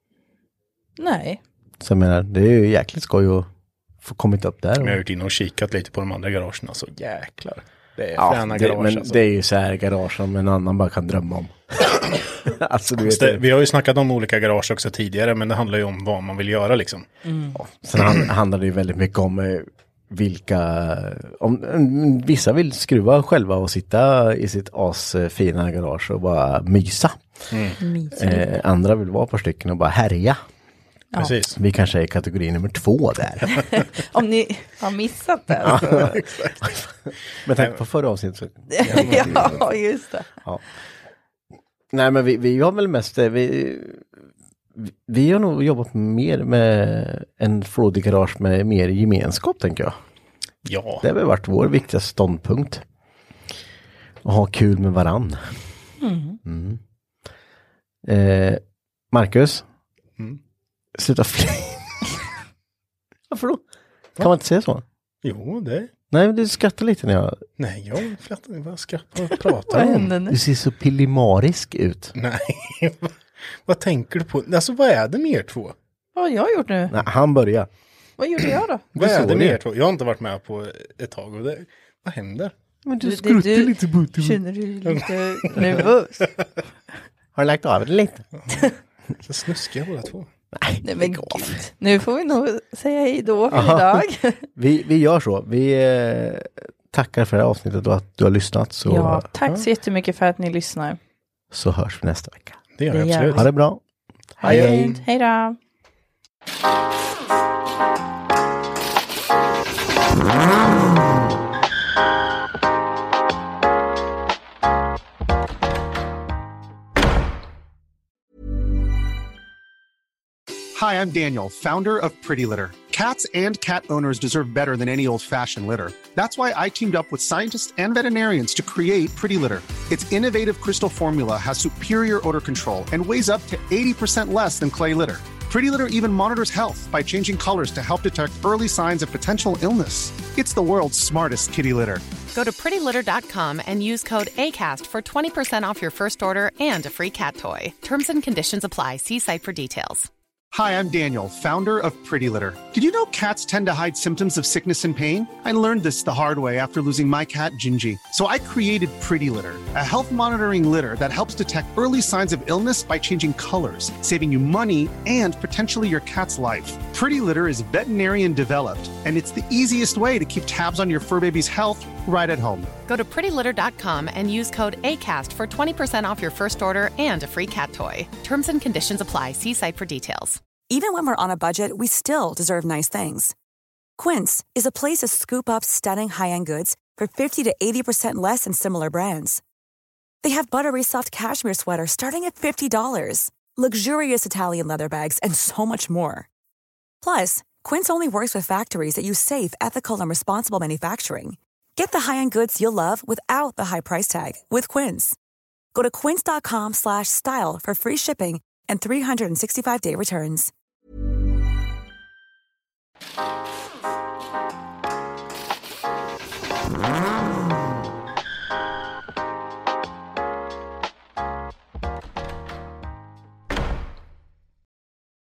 Nej. Så jag menar, det är ju jäkligt skoj att få kommit upp där. Men jag har varit inne och kikat lite på de andra garagerna, så jäklar. Det är Ja, fräna det, garage men alltså. det är ju så här garage som en annan bara kan drömma om. Alltså, du vet, det, vi har ju snackat om olika garage också tidigare, men det handlar ju om vad man vill göra liksom. Mm. Ja, sen hand, handlar det ju väldigt mycket om eh, vilka, om mm, vissa vill skruva själva och sitta i sitt asfina garage och bara mysa. Mm. Eh, andra vill vara på stycken och bara härja. Ja. Precis. Vi kanske är i kategori nummer två där. Om ni har missat det. Så... Men tänk på förra avsnittet. Så... ja, just det. Ja. Nej, men vi, vi har väl mest, vi, vi har nog jobbat mer med en Frodi garage med mer gemenskap, tänker jag. Ja. Det har väl varit vår viktigaste ståndpunkt. Att ha kul med varann. Mm. Mm. Eh, Marcus. Mm. Sluta fly. Varför då? Kan man inte säga så? Jo, det. Nej, men du skrattar lite när jag... Nej, jag skrattar inte. Vad ska jag prata Vad om? hände nu? Du ser så pillimarisk ut. Nej, vad tänker du på? Alltså, vad är det med er två? Vad har jag gjort nu? Nej, han börjar. Vad gjorde jag då? Vad är såg det med det. er två? Jag har inte varit med på ett tag. Och det, vad händer? Men Du- det- du- Känner du dig lite nervös? Har du lagt av det lite? Så snuskiga båda två. Nej men gud. Nu får vi nog säga hej då för idag. Vi, vi gör så. Vi eh, tackar för det här avsnittet och att du har lyssnat. Så, Ja, tack så jättemycket för att ni lyssnar. så hörs vi nästa vecka. Det gör Det jag gör absolut. Ha det bra. Hej, hej. Hej då. Hi, I'm Daniel, founder of Pretty Litter. Cats and cat owners deserve better than any old-fashioned litter. That's why I teamed up with scientists and veterinarians to create Pretty Litter. Its innovative crystal formula has superior odor control and weighs up to eighty percent less than clay litter. Pretty Litter even monitors health by changing colors to help detect early signs of potential illness. It's the world's smartest kitty litter. Go to pretty litter dot com and use code ACAST for twenty percent off your first order and a free cat toy. Terms and conditions apply. See site for details. Hi, I'm Daniel, founder of Pretty Litter. Did you know cats tend to hide symptoms of sickness and pain? I learned this the hard way after losing my cat, Gingy. So I created Pretty Litter, a health monitoring litter that helps detect early signs of illness by changing colors, saving you money and potentially your cat's life. Pretty Litter is veterinarian developed, and it's the easiest way to keep tabs on your fur baby's health right at home. Go to pretty litter dot com and use code ACAST for twenty percent off your first order and a free cat toy. Terms and conditions apply. See site for details. Even when we're on a budget, we still deserve nice things. Quince is a place to scoop up stunning high-end goods for fifty to eighty percent less than similar brands. They have buttery soft cashmere sweaters starting at fifty dollars, luxurious Italian leather bags, and so much more. Plus, Quince only works with factories that use safe, ethical, and responsible manufacturing. Get the high-end goods you'll love without the high price tag with Quince. Go to quince dot com slash style for free shipping and three sixty-five day returns. Mm-hmm.